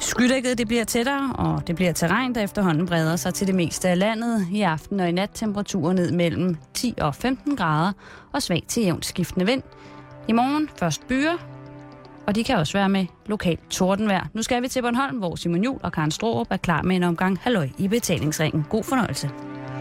Skydækket det bliver tættere, og det bliver til regn, der efterhånden breder sig til det meste af landet. I aften og i nat temperaturer ned mellem 10 og 15 grader og svag til jævnt skiftende vind. I morgen først byer, og de kan også være med lokalt tordenvejr. Nu skal vi til Bornholm, hvor Simon Juhl og Karen Straarup er klar med en omgang halløj i betalingsringen. God fornøjelse.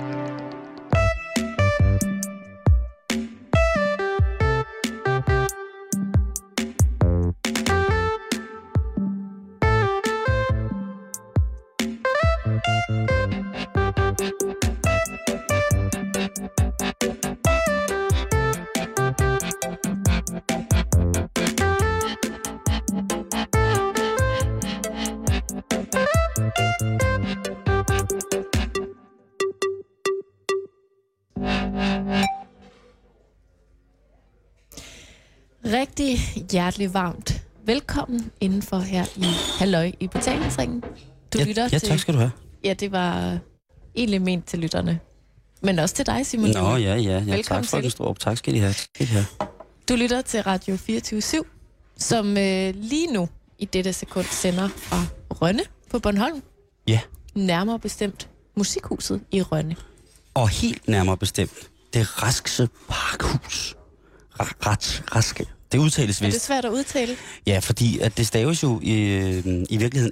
Rigtig hjertelig varmt velkommen indenfor her i halløj i betalingsringen. Du lytter til... tak skal du have. Ja, det var egentlig ment til lytterne. Men også til dig, Simon. Nå, ja. Velkommen tak for den store. Tak skal I have. Du lytter til Radio 24/7, som lige nu i dette sekund sender fra Rønne på Bornholm. Ja. Nærmere bestemt Musikhuset i Rønne. Og helt nærmere bestemt det Raskse Parkhus. Raske. Det udtales vist. Er det svært at udtale? Ja, fordi at det staves jo i virkeligheden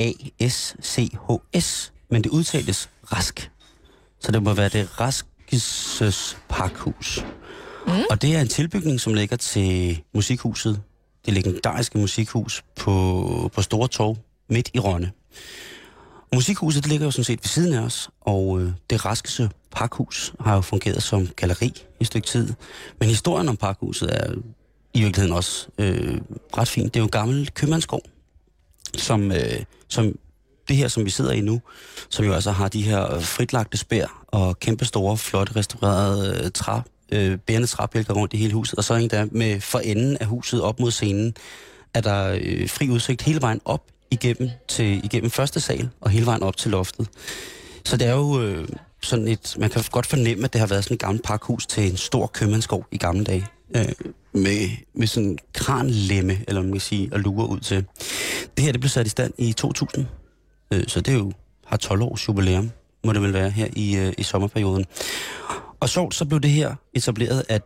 R-A-S-C-H-S, men det udtales Rask. Så det må være det Raskes Parkhus. Og det er en tilbygning, som ligger til Musikhuset. Det legendariske musikhus på Store Torv, midt i Rønne. Musikhuset det ligger jo sådan set ved siden af os, og det Raskes Parkhus har jo fungeret som galleri i et stykke tid. Men historien om Parkhuset er i virkeligheden også ret fint. Det er jo en gammel købmandsgård, som det her, som vi sidder i nu, som jo altså har de her fritlagte spær og kæmpe store, flotte, restaurerede bærende træbjælker rundt i hele huset. Og så en der med for enden af huset op mod scenen, er der fri udsigt hele vejen op igennem første sal og hele vejen op til loftet. Så det er jo sådan et, man kan godt fornemme, at det har været sådan et gammelt parkhus til en stor købmandsgård i gamle dage. Med sådan en kranlemme, eller man kan sige, at lure ud til. Det her, det blev sat i stand i 2000. Så det er jo, har 12 års jubilæum, må det vel være her i sommerperioden. Og sjovt, så blev det her etableret af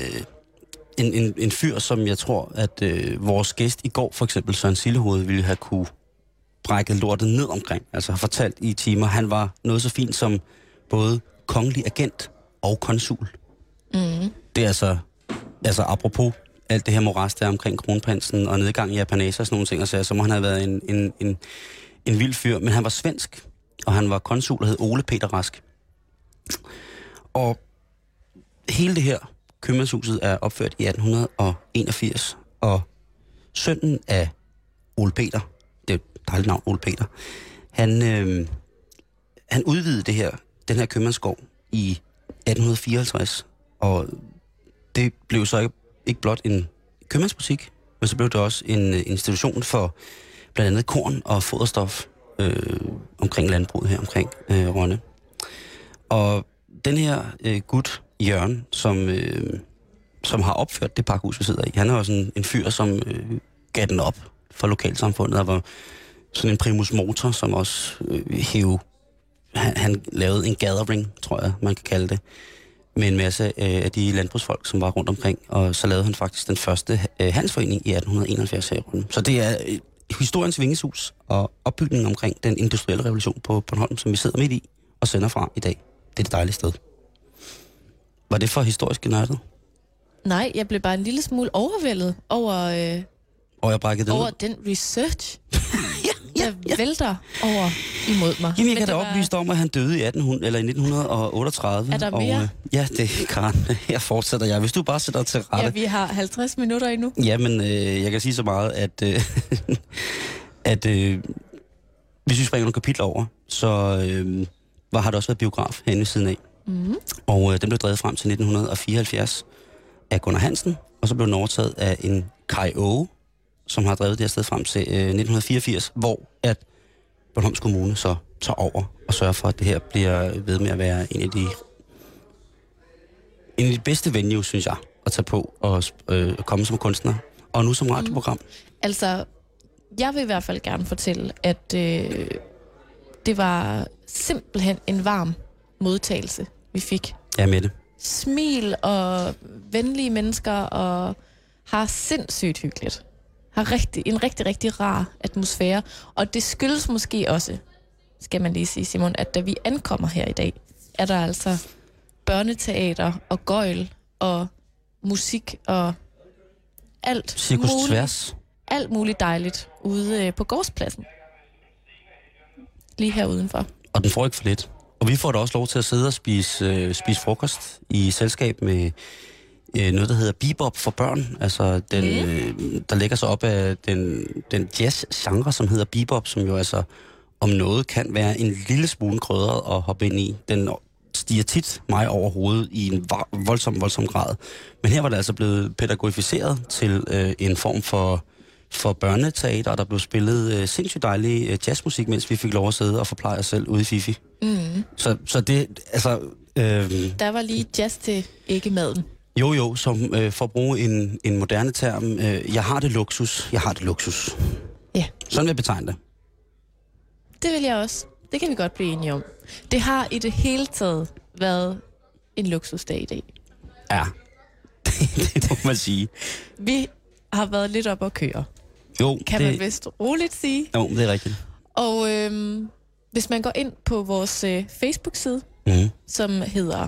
en fyr, som jeg tror, at vores gæst i går, for eksempel Søren Sillehoved, ville have kunne brække lortet ned omkring. Altså har fortalt i timer, han var noget så fint som både kongelig agent og konsul. Mm. Det er altså apropos alt det her moras der omkring kronprinsen og nedgang i Japaneser og sådan nogle ting, så må han have været en vild fyr. Men han var svensk, og han var konsul og hed Ole Peter Rask. Og hele det her købmandshuset er opført i 1881, og sønnen af Ole Peter, det er et dejligt navn, Ole Peter, han udvidede den her købmandsgård i 1854, og det blev så ikke blot en købmandsbutik, men så blev det også en institution for blandt andet korn og foderstof omkring landbruget her omkring Rønne. Og den her gut, Jørgen, som har opført det parkhus, vi sidder i, han er jo sådan en fyr, som gav den op for lokalsamfundet. Der var sådan en primus motor, som også han lavede en gathering, tror jeg, man kan kalde det, med en masse af de landbrugsfolk, som var rundt omkring. Og så lavede han faktisk den første handelsforening i 1871 her i Rønne. Så det er historiens vingeshus og opbygningen omkring den industrielle revolution på Bornholm, som vi sidder midt i og sender fra i dag. Det er det dejlige sted. Var det for historisk nørdet? Nej, jeg blev bare en lille smule overvældet over den research, der vælter over imod mig. Jamen, jeg kan da oplyst om, at han døde i 1938. Er der mere? Ja, det kan her fortsætter jeg. Hvis du bare sætter til rette. Ja, vi har 50 minutter endnu. Jamen, jeg kan sige så meget, at hvis vi springer nogle kapitler over, så har der også været biograf herinde ved siden af. Mm. Og den blev drevet frem til 1974 af Gunnar Hansen, og så blev den overtaget af en Kai Åge, som har drevet det her sted frem til 1984, hvor at Bornholms Kommune så tager over og sørger for, at det her bliver ved med at være en af de bedste venues, synes jeg, at tage på og komme som kunstner. Og nu som radioprogram. Altså, Jeg vil i hvert fald gerne fortælle, at det var simpelthen en varm modtagelse, vi fik. Ja, med det. Smil og venlige mennesker, og har sindssygt hyggeligt. Har en rigtig, rigtig rar atmosfære. Og det skyldes måske også, skal man lige sige, Simon, at da vi ankommer her i dag, er der altså børneteater og gøjl og musik og alt muligt dejligt ude på gårdspladsen. Lige her udenfor. Og den får ikke for lidt. Og vi får da også lov til at sidde og spise frokost i selskab med noget, der hedder bebop for børn. Altså, der lægger sig op af den jazz-genre, som hedder bebop, som jo altså om noget kan være en lille smule krydret at hoppe ind i. Den stiger tit mig over hovedet i en voldsom grad. Men her var det altså blevet pædagogificeret til en form for børneteater, og der blev spillet sindssygt dejlig jazzmusik, mens vi fik lov at sidde og forpleje os selv ude i Fifi. Mm. Så det, altså... der var lige jazz til ikke maden. Jo, som for at bruge en moderne term, jeg har det luksus. Ja. Sådan vil jeg betegne det. Det vil jeg også. Det kan vi godt blive enige om. Det har i det hele taget været en luksusdag i dag. Ja, det må man sige. Vi har været lidt op at køre. Jo, kan man vist roligt sige. Jo, det er rigtigt. Og hvis man går ind på vores Facebook-side, som hedder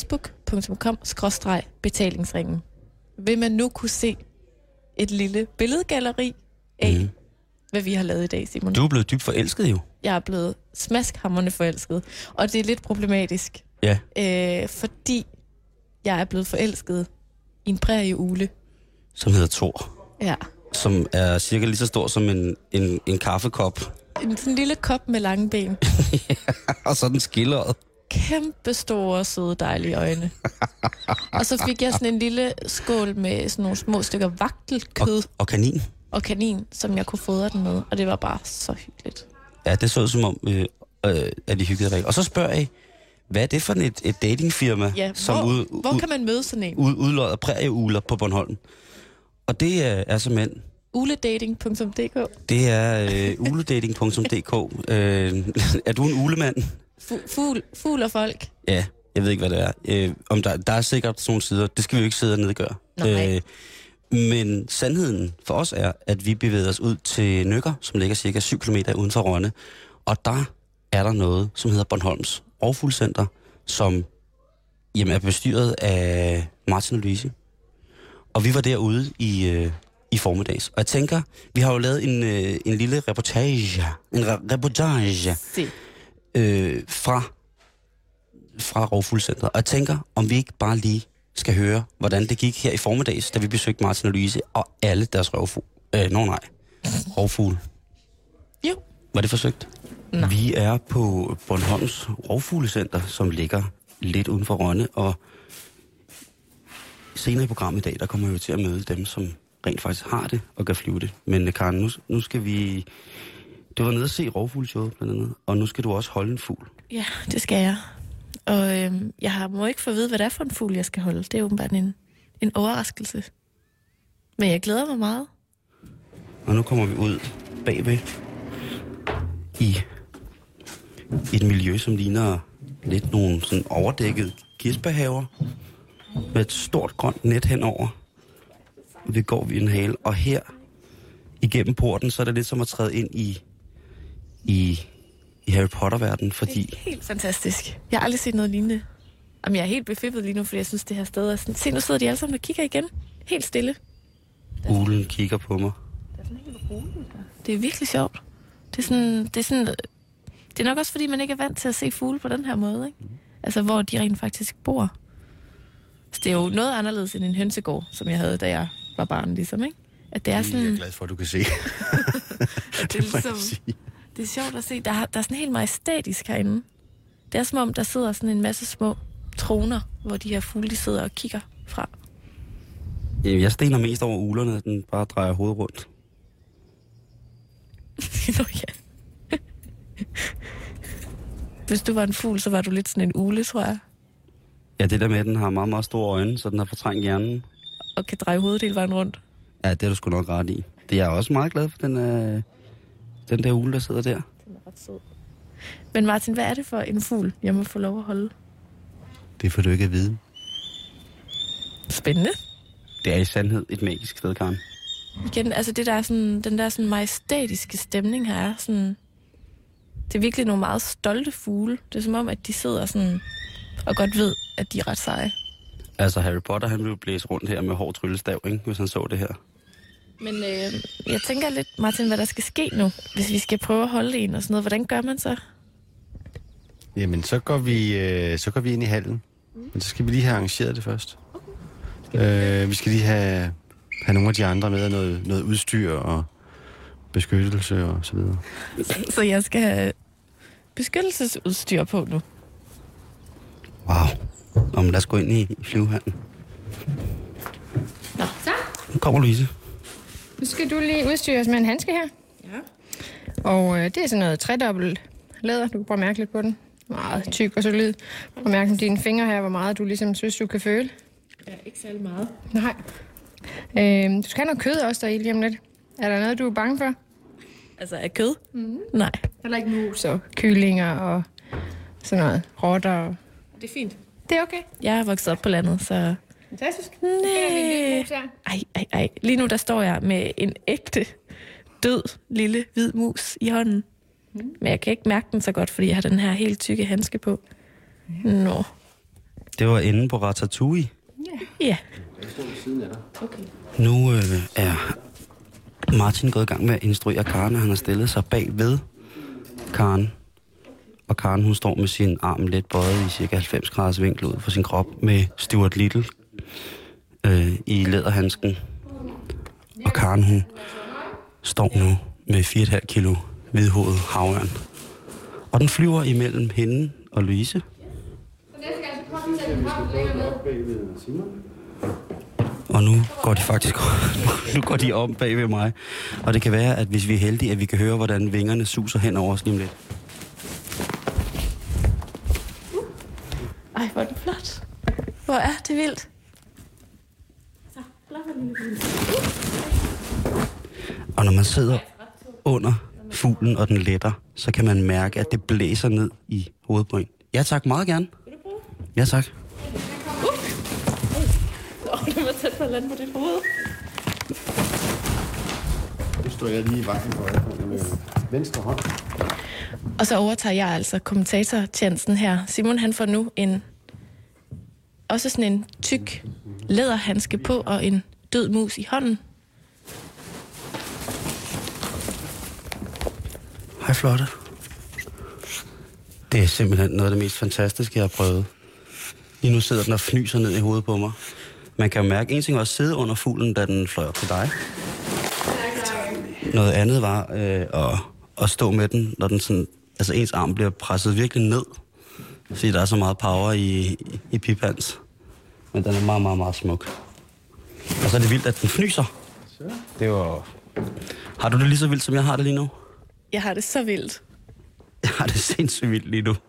facebook.com/betalingsringen, vil man nu kunne se et lille billedgalleri af, hvad vi har lavet i dag, Simon. Du er blevet dybt forelsket jo. Jeg er blevet smaskhamrende forelsket, og det er lidt problematisk. Ja. Fordi jeg er blevet forelsket i en prærieugle. Som hedder Thor. Ja. Som er cirka lige så stor som en kaffekop. En sådan lille kop med lange ben. Ja, og så den skilleret. Kæmpe store, søde, dejlige øjne. Og så fik jeg sådan en lille skål med sådan nogle små stykker vagtelkød. Og kanin. Og kanin, som jeg kunne fodre den med. Og det var bare så hyggeligt. Ja, det så ud som om, at de hyggede rigtig. Og så spørger jeg, hvad er det for et datingfirma, som hvor kan man møde sådan en? Udlodder prærieugler på Bornholm. Og det er simpelthen... Uledating.dk. Det er uledating.dk. Er du en ulemand? Fugl og folk. Ja, jeg ved ikke, hvad det er. Om der er sikkert sådan nogle sider. Det skal vi jo ikke sidde og nedgøre. Men sandheden for os er, at vi bevæger os ud til Nøkker, som ligger cirka 7 km uden for Rønne. Og der er der noget, som hedder Bornholms Rovfuglcenter, som er bestyret af Martin og Louise. Og vi var derude i formiddags. Og jeg tænker, vi har jo lavet en lille reportage fra Rovfuglcentret. Og jeg tænker, om vi ikke bare lige skal høre, hvordan det gik her i formiddags, da vi besøgte Martin og Louise og alle deres rovfugle. Jo. Var det forsøgt? Nej. Vi er på Bornholms Rovfuglcenter, som ligger lidt uden for Rønne, og senere i programmet i dag, der kommer vi til at møde dem, som rent faktisk har det og kan flyve det. Men Karen, nu skal vi... Du var nede og se rovfugleshowet blandt andet, og nu skal du også holde en fugl. Ja, det skal jeg. Og jeg må ikke få at vide, hvad det er for en fugl, jeg skal holde. Det er åbenbart en overraskelse. Men jeg glæder mig meget. Og nu kommer vi ud bagved i et miljø, som ligner lidt nogle sådan overdækkede kirsebærhaver med et stort grønt net henover. Vi går ved en hale, og her igennem porten, så er det lidt som at træde ind i Harry Potter-verdenen, fordi... Det er helt fantastisk. Jeg har aldrig set noget lignende. Jamen, jeg er helt befippet lige nu, fordi jeg synes, det her sted er sådan... Se, nu sidder de alle sammen og kigger igen. Helt stille. Uglen kigger på mig. Der er sådan en hel rulle der. Det er virkelig sjovt. Det er nok også, fordi man ikke er vant til at se fugle på den her måde, ikke? Altså, hvor de rent faktisk bor. Så det er jo noget anderledes end en hønsegård, som jeg havde, da jeg var barn, ligesom, ikke? At det er sådan... Jeg er glad for, at du kan se. Det er ligesom... Det er sjovt at se. Der er sådan helt majestætisk herinde. Det er som om, der sidder sådan en masse små troner, hvor de her fugle, de sidder og kigger fra. Jeg stener mest over uglerne, at den bare drejer hovedet rundt. Nå ja. Hvis du var en fugl, så var du lidt sådan en ugle, tror jeg. Ja, det der med, at den har meget, meget store øjne, så den har fortrængt hjernen. Og kan dreje hovedet hele vejen rundt. Ja, det er du sgu nok ret i. Det er jeg også meget glad for, den der ugle, der sidder der. Den er ret sød. Men Martin, hvad er det for en fugl, jeg må få lov at holde? Det får du ikke at vide. Spændende. Det er i sandhed et magisk sted, Karen. Igen, altså det der er sådan, den der sådan majestætiske stemning her er sådan... Det er virkelig nogle meget stolte fugle. Det er som om, at de sidder sådan og godt ved, at de er ret seje. Altså Harry Potter, han ville blæse rundt her med hård tryllestav, ikke? Hvis han så det her. Men jeg tænker lidt, Martin, hvad der skal ske nu, hvis vi skal prøve at holde en og sådan noget. Hvordan gør man så? Jamen, så går vi ind i hallen. Men så skal vi lige have arrangeret det først. Vi skal lige have nogle af de andre med, noget udstyr og beskyttelse og så videre. Så jeg skal have beskyttelsesudstyr på nu. Wow. Nå, men lad os gå ind i flyvehallen. Nå, så. Nu kommer Louise. Nu skal du lige udstyres med en handske her. Ja. Og det er sådan noget tredobbelt læder. Du kan prøve at mærke lidt på den. Meget tyk og solid. Prøv at mærke på dine fingre her, hvor meget du ligesom synes, du kan føle. Ja, ikke særlig meget. Nej. Du skal have noget kød også der lige om lidt. Er der noget, du er bange for? Altså af kød? Mm-hmm. Nej. Heller ikke mus og kyllinger og sådan noget. Rotter. Det er fint. Det er okay. Jeg er vokset op på landet, så... Fantastisk. Nej. Ej. Lige nu der står jeg med en ægte, død, lille, hvid mus i hånden. Men jeg kan ikke mærke den så godt, fordi jeg har den her helt tykke handske på. Nå. Det var inde på Ratatouille. Ja. Okay. Nu er Martin gået i gang med at instruere Karen, og han har stillet sig bag ved Karen. Og Karen, hun står med sin arm lidt bøjet i cirka 90 graders vinkel ud for sin krop med Stuart Little i læderhandsken. Og Karen, hun står nu med 4,5 kilo hvidhovedet havørn. Og den flyver imellem hende og Louise. Og nu går de faktisk om bag ved mig. Og det kan være, at hvis vi er heldige, at vi kan høre, hvordan vingerne suser hen over os lige om lidt. Ej, hvor er det flot. Hvor er det vildt. Og når man sidder under fuglen, og den letter, så kan man mærke, at det blæser ned i hovedbryn. Ja tak, meget gerne. Ja tak. Du var tæt på at lande på dit hoved. Nu står jeg lige i vejen for jer med venstre hånd. Og så overtager jeg altså kommentatortjenesten her. Simon, han får nu også sådan en tyk læderhandske på og en død mus i hånden. Hej Flotte. Det er simpelthen noget af det mest fantastiske, jeg har prøvet. Lige nu sidder den og fnyser ned i hovedet på mig. Man kan jo mærke, en ting var at sidde under fuglen, da den fløj op til dig. Noget andet var at stå med den, når den sådan, altså ens arm bliver presset virkelig ned. Fordi der er så meget power i piphans. Men den er meget, meget, meget smuk. Og så er det vildt, at den fnyser. Det var... Har du det lige så vildt, som jeg har det lige nu? Jeg har det så vildt. Jeg har det sindssygt vildt lige nu.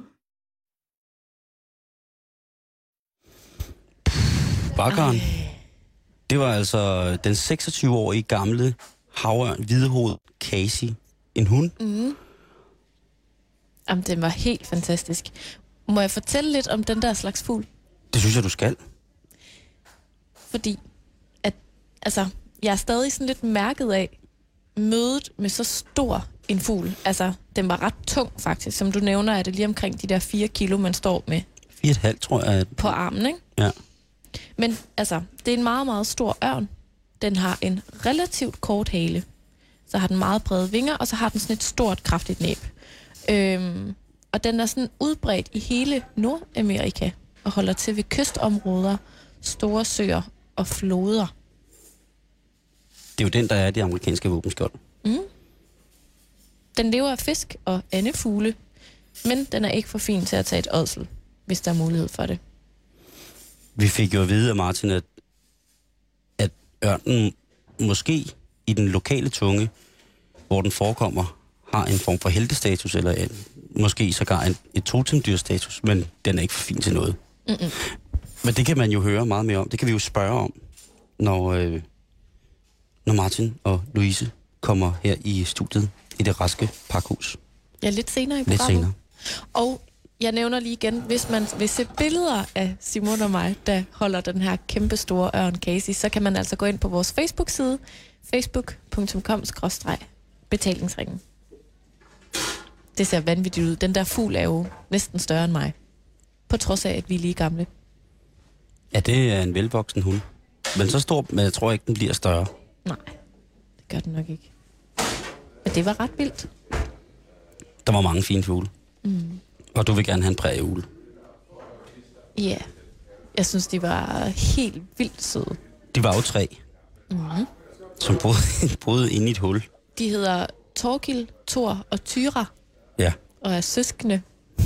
Bakkeren. Det var altså den 26-årige gamle havørn, hvidehoved Casey. En hund. Mm. Jamen, den var helt fantastisk. Må jeg fortælle lidt om den der slags fugl? Det synes jeg, du skal. Fordi, jeg er stadig sådan lidt mærket af mødet med så stor en fugl. Altså, den var ret tung faktisk. Som du nævner, er det lige omkring de der 4 kilo, man står med. 4,5, tror jeg. På armen, ikke? Ja. Men altså, det er en meget, meget stor ørn. Den har en relativt kort hale. Så har den meget brede vinger, og så har den sådan et stort, kraftigt næb. Og den er sådan udbredt i hele Nordamerika og holder til ved kystområder, store søer og floder. Det er jo den, der er de amerikanske våbenskjold. Mm. Den lever af fisk og andefugle, men den er ikke for fin til at tage et ådsel, hvis der er mulighed for det. Vi fik jo at vide af Martin, at ørnen måske i den lokale tunge, hvor den forekommer, har en form for heltestatus, eller måske sågar et totemdyrstatus, men den er ikke for fin til noget. Men det kan man jo høre meget mere om. Det kan vi jo spørge om, når når Martin og Louise kommer her i studiet i det raske pakhus. Ja, lidt senere i programmet. Lidt senere. Og jeg nævner lige igen, hvis man vil se billeder af Simon og mig, der holder den her kæmpe store Ørn Casey, så kan man altså gå ind på vores Facebook-side, facebook.com/betalingsringen. Det ser vanvittigt ud. Den der fugl er jo næsten større end mig. På trods af, at vi er lige gamle. Ja, det er en velvoksen hund. Men så stor, men jeg tror ikke, den bliver større. Nej, det gør den nok ikke. Men det var ret vildt. Der var mange fine fugle. Mm. Og du vil gerne have en prærieugle. Ja, yeah. Jeg synes, de var helt vildt søde. De var jo 3, som boede inde i et hul. De hedder Torkild, Thor og Tyra. Ja. Og er søskende.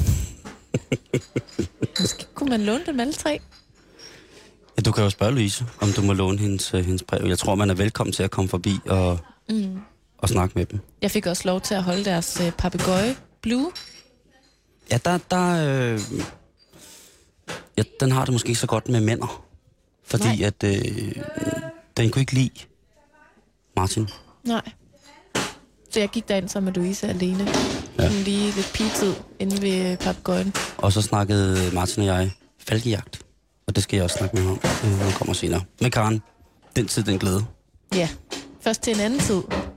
Måske kunne man låne dem alle 3. Ja, du kan jo spørge Louise, om du må låne hendes brev. Jeg tror, man er velkommen til at komme forbi og snakke med dem. Jeg fik også lov til at holde deres papegøje, Blue. Ja, den har det måske ikke så godt med mænder. Fordi at den kunne ikke lide Martin. Nej. Så jeg gik derind sammen med Louise alene. Ja. Lige lidt pigetid inde ved papegøjen. Og så snakkede Martin og jeg falkejagt. Og det skal jeg også snakke med ham, når han kommer senere. Med Karen, den tid, den glæde. Ja, først til en anden tid.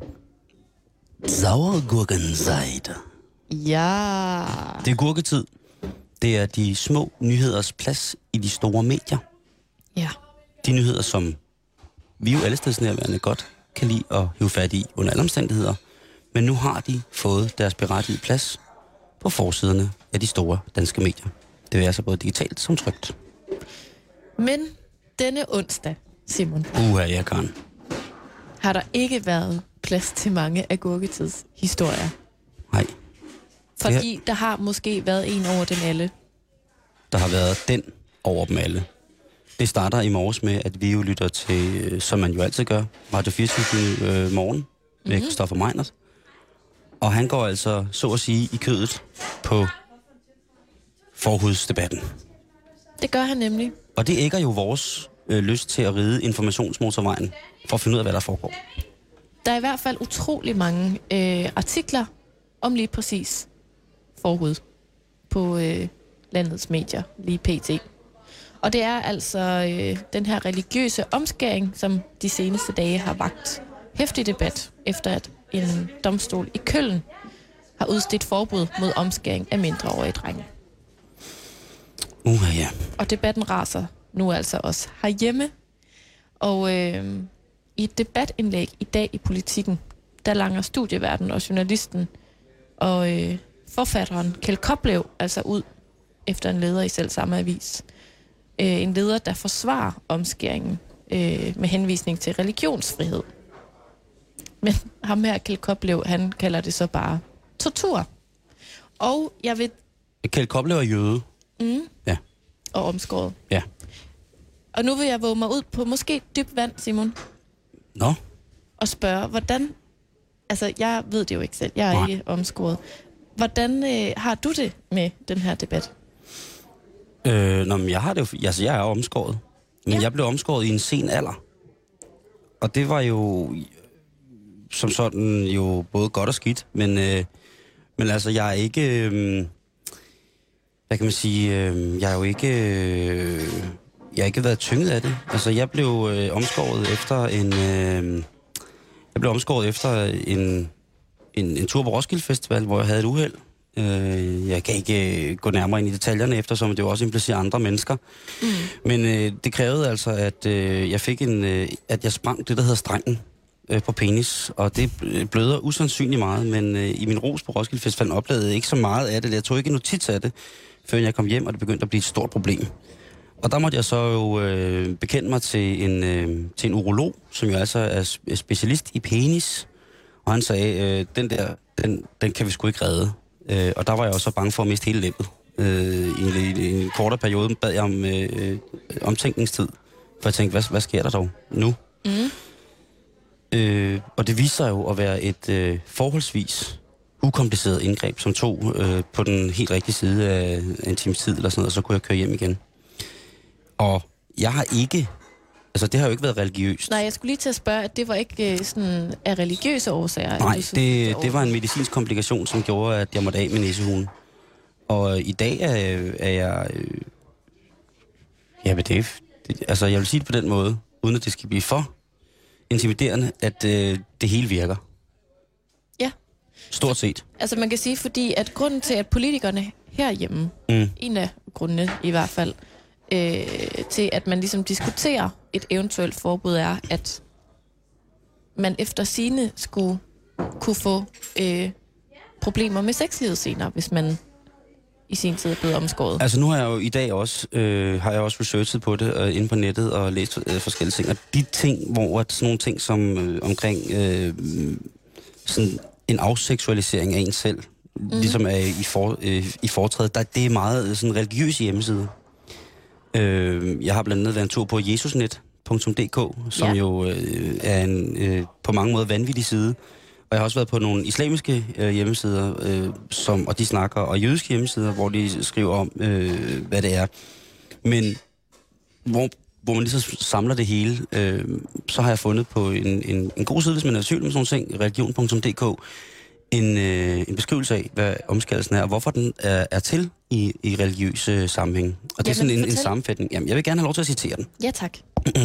Sauergurkenzeit. Ja. Det er gurketid. Det er de små nyheders plads i de store medier. Ja. De nyheder, som vi jo allestedsnærværende godt kan lide at hive fat i under alle omstændigheder. Men nu har de fået deres berettigede plads på forsiderne af de store danske medier. Det er altså både digitalt som trykt. Men denne onsdag, Simon, Ja, Karen, har der ikke været plads til mange af gurketids historier. Nej. Fordi der har måske været en over dem alle. Der har været den over dem alle. Det starter i morges med, at vi jo lytter til, som man jo altid gør, Radio 24 morgen med Christoffer Meinert. Og han går altså, så at sige, i kødet på forhudsdebatten. Det gør han nemlig. Og det ægger jo vores lyst til at ride informationsmotorvejen for at finde ud af, hvad der foregår. Der er i hvert fald utrolig mange artikler om lige præcis forhud på landets medier, lige pt. Og det er altså den her religiøse omskæring, som de seneste dage har vakt heftig debat, efter at en domstol i Køln har udstedt forbud mod omskæring af mindreårige drenge. Ja. Og debatten raser nu altså også herhjemme. Og i et debatindlæg i dag i Politikken, der langer studieverden og journalisten og forfatteren Kjeld Koplev altså ud efter en leder i selv samme avis. En leder, der forsvarer omskæringen med henvisning til religionsfrihed. Men ham her, Kjeld Koplev, han kalder det så bare tortur. Og jeg vil... Kjeld Koplev er jøde. Ja. Og omskåret. Ja. Og nu vil jeg våge mig ud på måske dybt vand, Simon. Nå? Og spørge, hvordan... Altså, jeg ved det jo ikke selv. Jeg er ikke omskåret. Hvordan har du det med den her debat? Men jeg har det jo... Altså, jeg er omskåret. Men jeg blev omskåret i en sen alder. Og det var jo... Som sådan jo både godt og skidt. Men altså, jeg er ikke... hvad kan man sige? Jeg har jo ikke... jeg har ikke været tynget af det. Altså, jeg blev omskåret efter en tur på Roskilde Festival, hvor jeg havde et uheld. Jeg kan ikke gå nærmere ind i detaljerne, eftersom det jo også implicerer andre mennesker. Men det krævede altså, at jeg fik at jeg sprang det, der hedder strengen på penis. Og det bløder usandsynligt meget, men i min ros på Roskilde Festival oplevede jeg ikke så meget af det. Jeg tog ikke notits af det, før jeg kom hjem, og det begyndte at blive et stort problem. Og der måtte jeg så jo bekende mig til en urolog, som jo altså er specialist i penis. Og han sagde, den kan vi sgu ikke redde. Og der var jeg også bange for at miste hele læbet. I en kortere periode bad jeg om omtænkningstid. For jeg tænkte, hvad sker der dog nu? Og det viste sig jo at være et forholdsvis ukompliceret indgreb, som tog på den helt rigtige side af en times tid eller sådan noget, og så kunne jeg køre hjem igen. Og jeg har ikke, Altså, det har jo ikke været religiøst. Nej, jeg skulle lige til at spørge, at det var ikke sådan af religiøse årsager? Nej, at du synes, det var en medicinsk komplikation, som gjorde, at jeg måtte af med næsehulen. Og i dag er jeg... men altså, jeg vil sige det på den måde, uden at det skal blive for intimiderende, at det hele virker. Ja. Stort set. Altså man kan sige, fordi at grunden til, at politikerne herhjemme, en af grundene i hvert fald, til at man ligesom diskuterer et eventuelt forbud, er, at man efter sigende skulle kunne få problemer med sexlivet senere, hvis man i sin tid er blevet omskåret. Altså nu har jeg jo i dag også, researchet på det inde på nettet og læst forskellige ting. Og de ting, hvor sådan nogle ting som omkring sådan en afseksualisering af en selv, ligesom er i foretrædet, det er meget sådan religiøse hjemmesider. Jeg har blandt andet været en tur på jesusnet.dk, som jo er en på mange måder vanvittig side. Og jeg har også været på nogle islamiske hjemmesider, og de snakker, og jødiske hjemmesider, hvor de skriver om, hvad det er. Men hvor man ligesom samler det hele, så har jeg fundet på en god side, hvis man er i tvivl med sådan nogle ting, religion.dk, en beskrivelse af, hvad omskærelsen er, og hvorfor den er til i religiøse sammenhæng. Og det er sådan en sammenfatning. Jamen, jeg vil gerne have lov til at citere den. Ja, tak.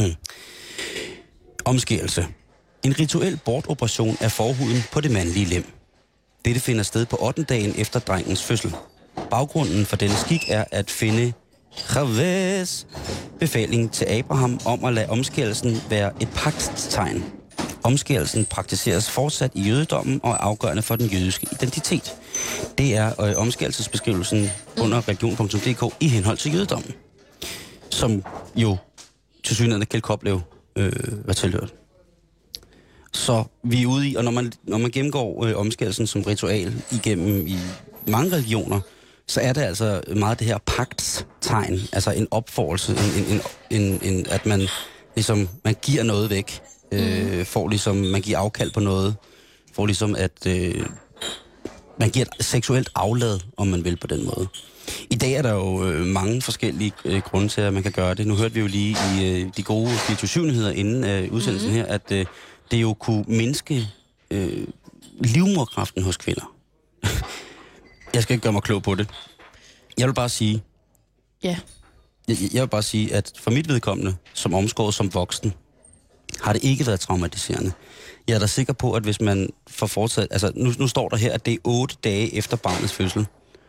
Omskærelse. En rituel bortoperation af forhuden på det mandlige lem. Dette finder sted på 8. dagen efter drengens fødsel. Baggrunden for denne skik er at finde Javes befaling til Abraham om at lade omskærelsen være et pagtstegn. Omskærelsen praktiseres fortsat i jødedommen og er afgørende for den jødiske identitet. Det er omskærelsesbeskrivelsen under religion.dk i henhold til jødedommen, som jo til synligheden Kjeld Koplev var tilhørt. Så vi er ude i, og når man gennemgår omskærelsen som ritual igennem i mange religioner, så er det altså meget det her pagtstegn, altså en opfordrelse, at man ligesom man giver noget væk, får ligesom man giver afkald på noget, får ligesom at man giver et seksuelt aflad, om man vil på den måde. I dag er der jo mange forskellige grunde til, at man kan gøre det. Nu hørte vi jo lige i de gode 24/7-nyheder inden udsendelsen her, at det jo kunne mindske livmorkraften hos kvinder. Jeg skal ikke gøre mig klog på det. Jeg vil bare sige... Ja. Jeg vil bare sige, at for mit vedkommende, som omskåret som voksen, har det ikke været traumatiserende. Jeg er da sikker på, at hvis man får fortsat... Altså, nu står der her, at det er 8 dage efter barnets fødsel.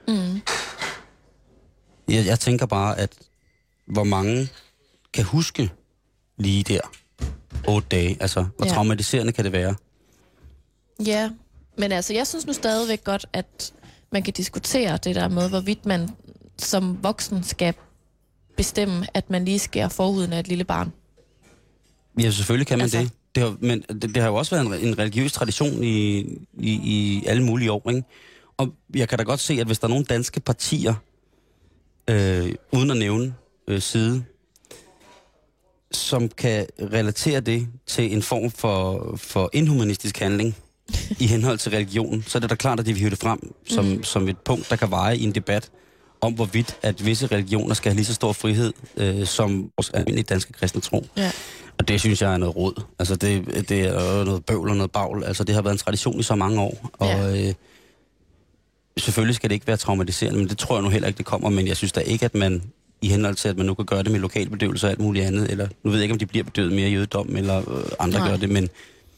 Jeg tænker bare, at hvor mange kan huske lige der 8 dage. Altså, hvor traumatiserende kan det være? Ja, men altså, jeg synes nu stadigvæk godt, at man kan diskutere det der med, hvorvidt man som voksen skal bestemme, at man lige skærer forhuden af et lille barn. Ja, selvfølgelig kan man det. Men det har jo også været en religiøs tradition i alle mulige år, ikke? Og jeg kan da godt se, at hvis der er nogle danske partier, uden at nævne side, som kan relatere det til en form for inhumanistisk handling i henhold til religion, så er det da klart, at de vil hive det frem som et punkt, der kan veje i en debat om, hvorvidt at visse religioner skal have lige så stor frihed som vores almindelige danske kristne tro. Ja. Og det synes jeg er noget råd. Altså det er noget bøvl og noget bagl. Altså det har været en tradition i så mange år. Og selvfølgelig skal det ikke være traumatiserende, men det tror jeg nu heller ikke, det kommer. Men jeg synes da ikke, at man i henhold til, at man nu kan gøre det med lokalbedøvelse og alt muligt andet, eller nu ved jeg ikke, om de bliver bedøvet mere i jødedom, eller andre gør det, men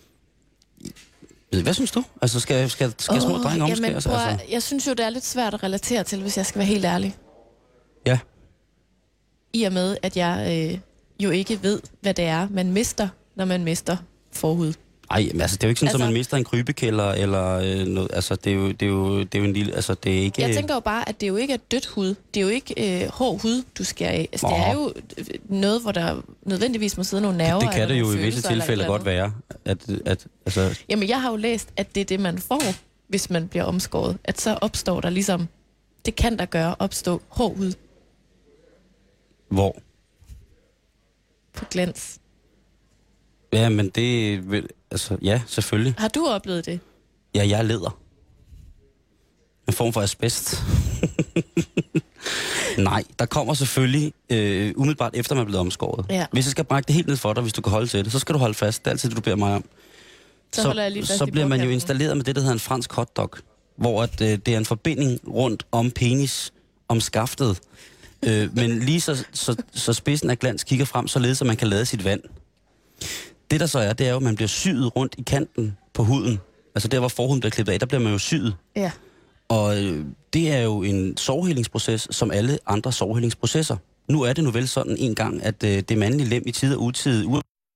hvad synes du? Altså, skal små drenge omskæres? Altså? Jeg synes jo, det er lidt svært at relatere til, hvis jeg skal være helt ærlig. Ja. I og med, at jeg jo ikke ved, hvad det er, man mister, når man mister forhud. Ej, men altså, det er jo ikke sådan, at man mister en krybekælder, eller noget. Altså, det er jo en lille... Altså, det er ikke... Jeg tænker jo bare, at det jo ikke er dødt hud. Det er jo ikke hård hud, du skærer af. Altså, det er jo noget, hvor der nødvendigvis må sidde nogle nerver. Det kan det jo i visse tilfælde godt være. Altså... Jamen, jeg har jo læst, at det er det, man får, hvis man bliver omskåret. At så opstår der ligesom... Det kan der gøre opstå hård hud. Hvor? På glans. Ja, men det vil... Altså, ja, selvfølgelig. Har du oplevet det? Ja, jeg er leder. En form for asbest. Nej, der kommer selvfølgelig umiddelbart efter, man er blevet omskåret. Ja. Hvis jeg skal brække det helt ned for dig, hvis du kan holde til det, så skal du holde fast. Det er altid det, du beder mig om. holder jeg lige fast så i bliver man jo bordkanten. installeret med det, der hedder en fransk hotdog, hvor at, det er en forbinding rundt om penis, om skaftet. Men lige så spidsen af glans kigger frem, således at man kan lade sit vand. Det der så er, det er jo, at man bliver syet rundt i kanten på huden. Altså der, hvor forhuden bliver klippet af, der bliver man jo syet. Ja. Og det er jo en sårhelingsproces, som alle andre sårhelingsprocesser. Nu er det nu vel sådan en gang, at det mandlige lem i tid og utid,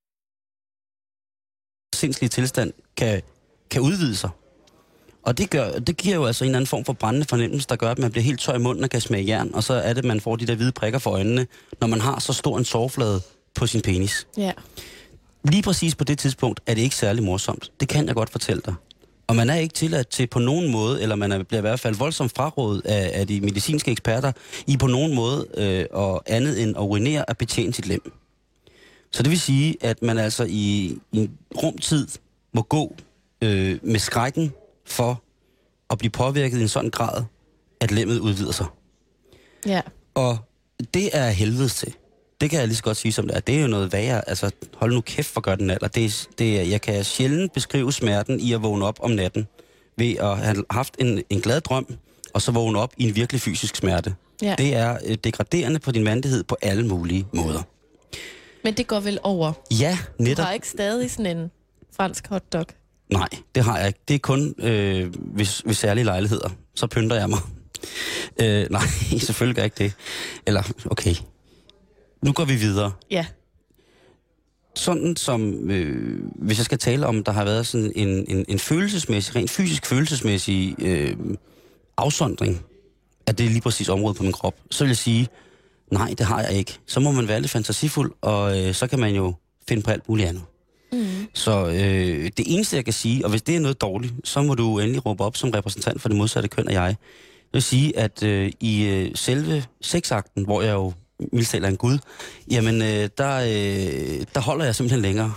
sindslige tilstand, kan udvide sig. Og det giver jo altså en anden form for brændende fornemmelse, der gør, at man bliver helt tør i munden og kan smage jern. Og så er det, at man får de der hvide prikker for øjnene, når man har så stor en sårflade på sin penis. Ja. Lige præcis på det tidspunkt er det ikke særlig morsomt. Det kan jeg godt fortælle dig. Og man er ikke tilladt til på nogen måde, eller man bliver i hvert fald voldsomt frarådet af de medicinske eksperter, i på nogen måde og andet end at urinere at betjene sit lem. Så det vil sige, at man altså i en rumtid må gå med skrækken for at blive påvirket i en sådan grad, at lemmet udvider sig. Ja. Og det er helvedes til. Det kan jeg lige så godt sige som det er. Det er jo noget værre. Altså, hold nu kæft for gør den alder. Jeg kan sjældent beskrive smerten i at vågne op om natten, ved at have haft en glad drøm, og så vågne op i en virkelig fysisk smerte. Ja. Det er degraderende på din mandighed på alle mulige måder. Men det går vel over. Ja, Du netop. har ikke stadig sådan en fransk hotdog. Nej, det har jeg ikke. Det er kun ved særlige lejligheder. Så pynter jeg mig. Nej, selvfølgelig gør jeg ikke det. Eller, okay. Nu går vi videre. Ja. Sådan som, hvis jeg skal tale om, der har været sådan en følelsesmæssig, rent fysisk følelsesmæssig afsondring af det lige præcis område på min krop, så vil jeg sige, nej, det har jeg ikke. Så må man være lidt fantasifuld, og så kan man jo finde på alt muligt andet. Så det eneste, jeg kan sige, og hvis det er noget dårligt, så må du endelig råbe op som repræsentant for det modsatte køn af jeg. Jeg vil sige, at i selve sexakten, hvor jeg jo mildt talt er en gud, jamen der holder jeg simpelthen længere.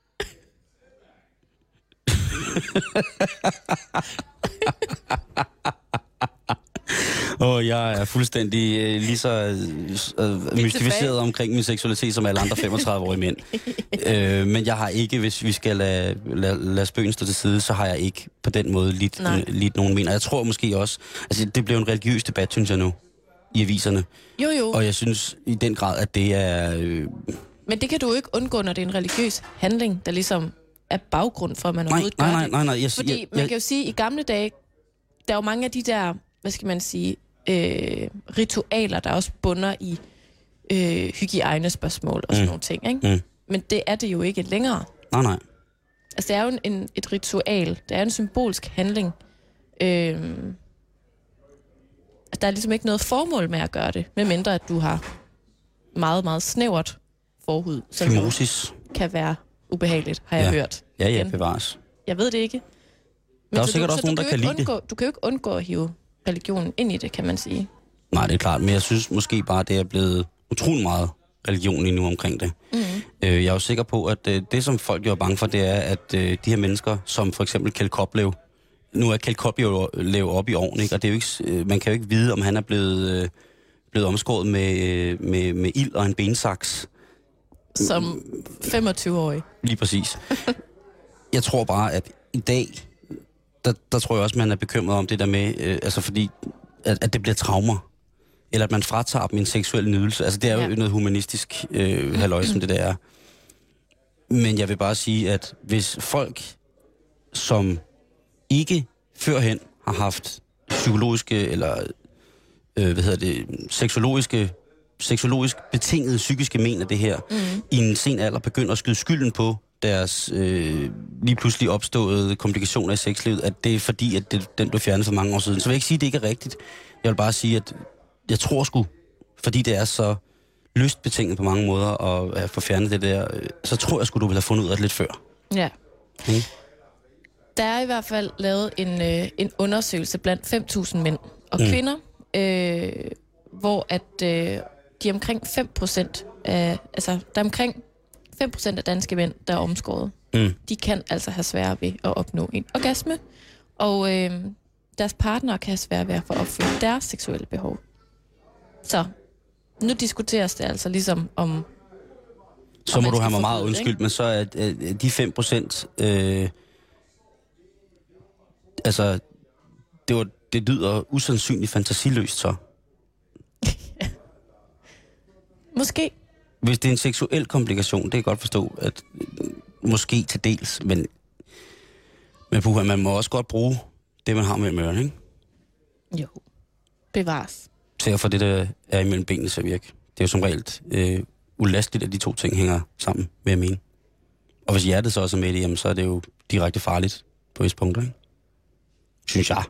Og jeg er fuldstændig lige så mystificeret omkring min seksualitet som alle andre 35-årige mænd. Men jeg har ikke, hvis vi skal lade spøgen stå til side, så har jeg ikke på den måde lidt nogen mener. Jeg tror måske også, altså det bliver en religiøs debat, synes jeg nu, i aviserne. Jo. Og jeg synes i den grad, at det er... Men det kan du jo ikke undgå, når det er en religiøs handling, der ligesom er baggrund for, at man overhovedet gør det. Nej. Fordi man kan jo sige, at i gamle dage, der er jo mange af de der, hvad skal man sige, ritualer, der også bunder i hygiejnespørgsmål og sådan nogle ting, ikke? Mm. Men det er det jo ikke længere. Nej. Altså, det er jo et ritual. Det er en symbolsk handling. Altså, der er ligesom ikke noget formål med at gøre det, medmindre at du har meget, meget snævert forhud, som Fimosis. kan være ubehageligt, har jeg hørt. Ja, Igen. bevares. Jeg ved det ikke. Men Der er sikkert også nogen, der kan lide det. Du kan jo ikke undgå at hive religionen ind i det, kan man sige. Nej, det er klart, men jeg synes måske bare, det er blevet utrolig meget religion lige nu omkring det. Jeg er jo sikker på, at det, som folk jo er bange for, det er, at de her mennesker, som for eksempel Kjeld Koplev, nu er Kjeld Koplev oppe i ovnen, ikke? Og det er jo ikke, man kan jo ikke vide, om han er blevet omskåret med ild og en bensaks. Som 25-årig. Lige præcis. Jeg tror bare, at i dag, der tror jeg også, man er bekymret om det der med, altså fordi, at det bliver traumer. Eller at man fratager dem en seksuel nydelse. Altså det er jo noget humanistisk halløj, som det der er. Men jeg vil bare sige, at hvis folk, som ikke førhen har haft psykologiske eller seksologisk betingede psykiske men af det her, i en sen alder begynder at skyde skylden på deres lige pludselig opståede komplikationer i sexlivet, at det er fordi, at den blev fjernet for mange år siden. Så vil jeg ikke sige, at det ikke er rigtigt. Jeg vil bare sige, at jeg tror sgu, fordi det er så lystbetinget på mange måder at få fjernet det der, så tror jeg sgu, du ville have fundet ud af det lidt før. Ja. Der er i hvert fald lavet en undersøgelse blandt 5.000 mænd og kvinder, hvor at de omkring 5% af, altså der er omkring 5% af danske mænd, der er omskåret. De kan altså have svært ved at opnå en orgasme, og deres partner kan have svært ved at få opfyldt deres seksuelle behov. Så nu diskuteres det altså ligesom om... Så må du have mig meget undskyld, men så er de 5%... altså, det lyder usandsynligt fantasiløst så. Måske. Hvis det er en seksuel komplikation, det kan jeg godt forstå, at måske til dels, men puha, man må også godt bruge det, man har mellem ørerne, ikke? Jo. Bevares. Til at få det, der er imellem benene til at virke. Det er jo som regel ulasteligt, at de to ting hænger sammen, vil jeg mene. Og hvis hjertet så også er med det, jamen, så er det jo direkte farligt på visse punkter, ikke? Synes jeg.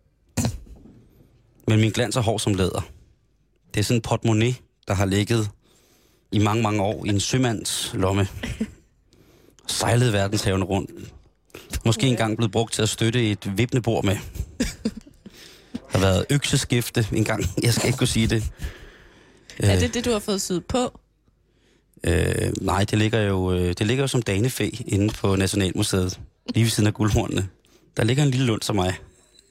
Men min glans er hård som læder. Det er sådan en portemonnaie, der har ligget i mange, mange år i en sømands lomme. Sejlede verdenshavene rundt. Måske engang blevet brugt til at støtte et vippende bord med. Har været økseskifte engang. Jeg skal ikke kunne sige det. Er det det, du har fået syet på? Nej, det ligger jo som danefæ inde på Nationalmuseet. Lige ved siden af guldhornene. Der ligger en lille lund som mig.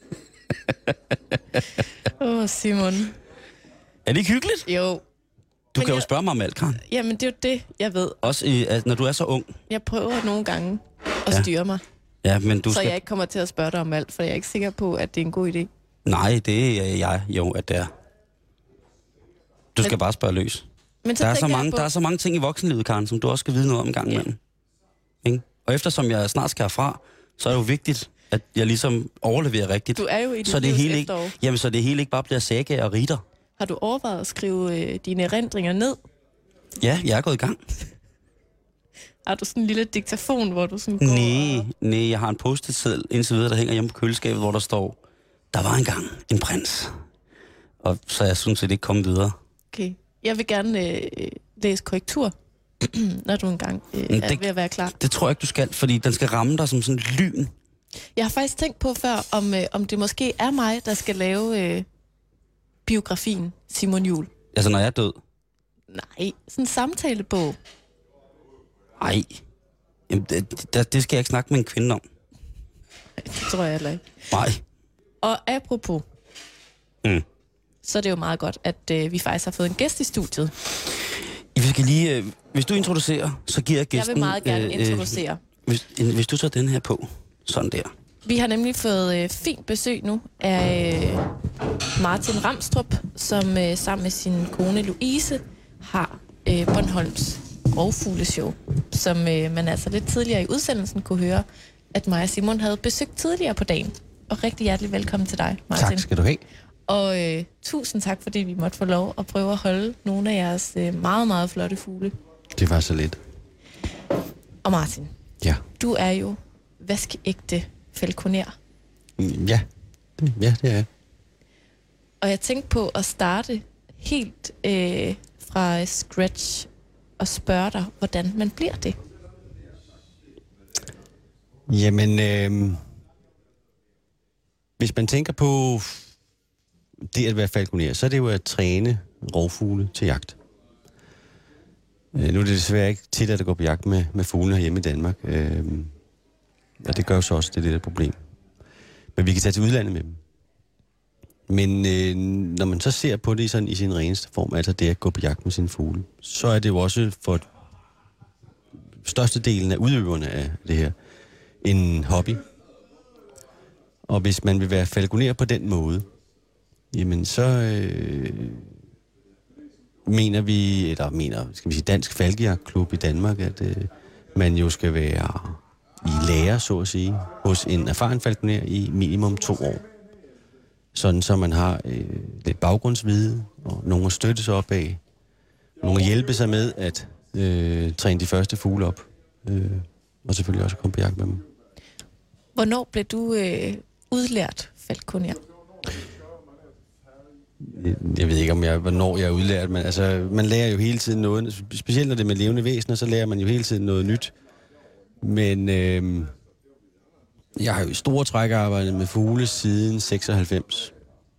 Simon. Er det ikke hyggeligt? Jo. Du kan jo spørge mig om alt, Karen. Jamen, det er jo det, jeg ved. Også når du er så ung. Jeg prøver nogle gange at styre mig. Ja, men du så skal... jeg ikke kommer til at spørge dig om alt, for jeg er ikke sikker på, at det er en god idé. Nej, det er jeg jo, at det er. Du skal bare spørge løs. Men der er så mange ting i voksenlivet, Karen, som du også skal vide noget om en gang imellem. Ikke? Og eftersom jeg snart skal herfra, så er det jo vigtigt, at jeg ligesom overleverer rigtigt. Du er jo i dit så det livs efterår. Jamen, så det hele ikke bare bliver saga og ritter. Har du overvejet at skrive dine erindringer ned? Ja, jeg er gået i gang. Har du sådan en lille diktafon, hvor du sådan går... Nej, jeg har en post-it-seddel indtil videre, der hænger hjemme på køleskabet, hvor der står, der var engang en prins. Og så er jeg sådan set ikke kommet videre. Okay. Jeg vil gerne læse korrektur, når du engang er ved at være klar. Det tror jeg ikke, du skal, fordi den skal ramme dig som sådan en lyn. Jeg har faktisk tænkt på før, om det måske er mig, der skal lave biografien Simon Juhl. Altså, når jeg er død? Nej, sådan en samtalebog. Nej. Jamen, det skal jeg ikke snakke med en kvinde om. Det tror jeg heller ikke. Nej. Og apropos, så er det jo meget godt, at vi faktisk har fået en gæst i studiet. Vi skal lige... hvis du introducerer, så giver jeg gæsten... Jeg vil meget gerne introducere. Hvis du tager den her på, sådan der. Vi har nemlig fået fint besøg nu af Martin Ramstrup, som sammen med sin kone Louise har Bornholms Rovfugleshow, som man altså lidt tidligere i udsendelsen kunne høre, at mig og Simon havde besøgt tidligere på dagen. Og rigtig hjertelig velkommen til dig, Martin. Tak skal du have. Og tusind tak, fordi vi måtte få lov at prøve at holde nogle af jeres meget, meget flotte fugle. Det var så lidt. Og Martin, ja. Du er jo vaskeægte falconer. Ja, det er jeg. Og jeg tænkte på at starte helt fra scratch og spørge dig, hvordan man bliver det. Jamen, hvis man tænker på det at være falconer, så er det jo at træne rovfugle til jagt. Nu er det desværre ikke tilladt at gå på jagt med fugle herhjemme i Danmark. Og det gør jo så også, det er det der problem. Men vi kan tage til udlandet med dem. Men når man så ser på det sådan i sin reneste form, altså det at gå på jagt med sine fugle, så er det jo også for størstedelen af udøverne af det her en hobby. Og hvis man vil være falconer på den måde, jamen så skal vi sige Dansk Falkejagtklub i Danmark, at man jo skal være i lære, så at sige, hos en erfaren falconer i minimum 2 år. Sådan så man har lidt baggrundsvide, og nogen at støtte sig op af, nogen at hjælpe sig med at træne de første fugle op, og selvfølgelig også komme på jagt med dem. Hvornår blev du udlært falconer? Jeg ved ikke, hvornår jeg er udlært, men altså, man lærer jo hele tiden noget. Specielt når det er med levende væsener, så lærer man jo hele tiden noget nyt. Men jeg har jo i store træk arbejdet med fugle siden 96.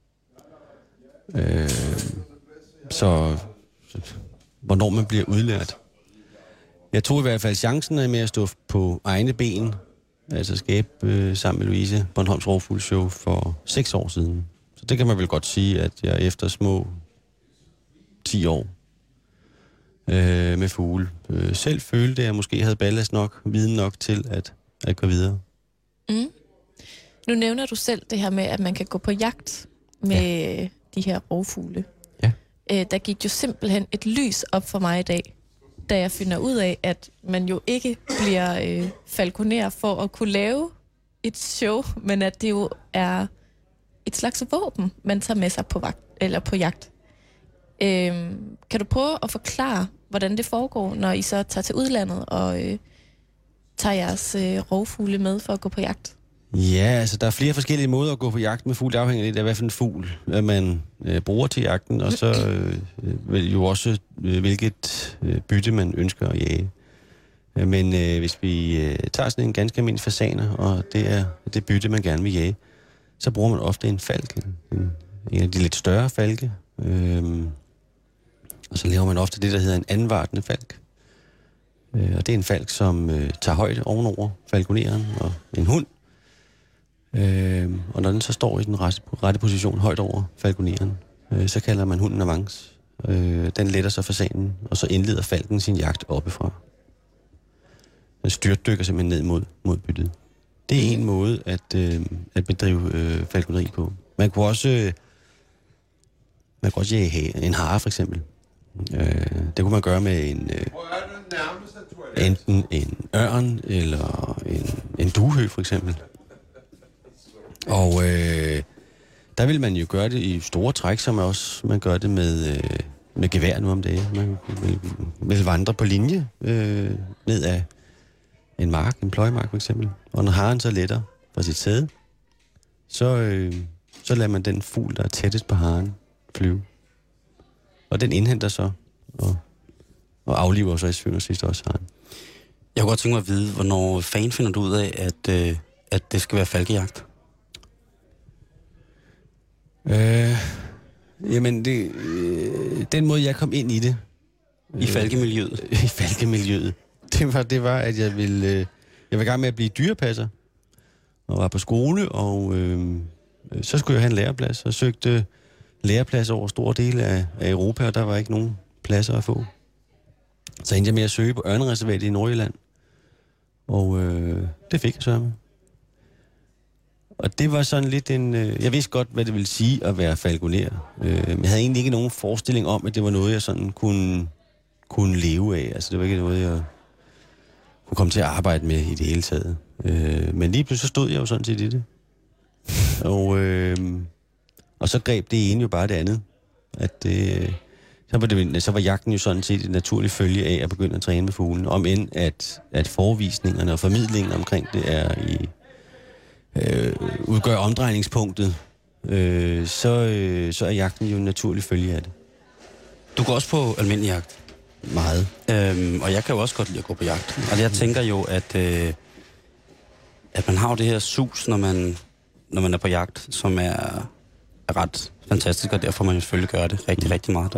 Så hvornår man bliver udlært. Jeg tog i hvert fald chancen med at stå på egne ben, altså skabe sammen med Louise Bornholms Rovfugleshow for 6 år siden. Så det kan man vel godt sige, at jeg efter små 10 år med fugle. Selv følte, at jeg måske havde ballast nok, viden nok til at gå videre. Mm. Nu nævner du selv det her med, at man kan gå på jagt med de her rovfugle. Ja. Der gik jo simpelthen et lys op for mig i dag, da jeg finder ud af, at man jo ikke bliver falconer for at kunne lave et show, men at det jo er et slags våben, man tager med sig på jagt. Kan du prøve at forklare, hvordan det foregår, når I så tager til udlandet og tager jeres rovfugle med for at gå på jagt? Ja, altså der er flere forskellige måder at gå på jagt med fugle. Det afhænger lidt af, hvad for en fugl man bruger til jagten, og så jo også, hvilket bytte man ønsker at jage. Men hvis vi tager sådan en ganske almindelig fasaner, og det er det bytte, man gerne vil jage, så bruger man ofte en falk, en af de lidt større falke. Og så laver man ofte det, der hedder en anvartende falk. Og det er en falk, som tager højde ovenover falconeren og en hund. Og når den så står i den rette position højt over falconeren, så kalder man hunden avance. Den letter så fasanen, og så indleder falken sin jagt oppefra. Den styrtdykker simpelthen ned mod byttet. Det er en måde at bedrive falconeri på. Man kunne også jage en hare, for eksempel. Det kunne man gøre med enten en ørn eller en duehøg, for eksempel. Og der vil man jo gøre det i store træk, som også man gør det med gevær nu om dagen. Man vil vandre på linje ned af en mark, en pløjemark for eksempel. Og når haren så letter fra sit sæde, så lader man den fugl, der er tættest på haren, flyve. Og den indhenter så og afliver så i syvende og sidst også haren. Jeg kunne godt tænke mig at vide, hvornår fanden finder du ud af, at det skal være falkejagt? Jamen, den måde, jeg kom ind i det... I falkemiljøet? I falkemiljøet. Det var, at jeg var i gang med at blive dyrepasser. Og var på skole, og så skulle jeg have en læreplads. Og søgte læreplads over store dele af Europa, og der var ikke nogen pladser at få. Så endte jeg med at søge på ørnereservatet i Nordjylland. Og det fik jeg så med. Og det var sådan lidt jeg vidste godt, hvad det ville sige at være falconer. Jeg havde egentlig ikke nogen forestilling om, at det var noget, jeg sådan kunne leve af. Altså, det var ikke noget, jeg kunne komme til at arbejde med i det hele taget. Men lige pludselig så stod jeg jo sådan set i det. Og så greb det ene jo bare det andet. Så var jagten jo sådan set en naturlig følge af at begynde at træne med fuglen. Om end at forvisningerne og formidlingen omkring det udgør omdrejningspunktet, så er jagten jo en naturlig følge af det. Du går også på almindelig jagt? Meget. Og jeg kan jo også godt lide at gå på jagt. Altså jeg tænker jo, at man har jo det her sus, når man er på jagt, som er ret fantastisk, og derfor man jo selvfølgelig gøre det rigtig, rigtig meget.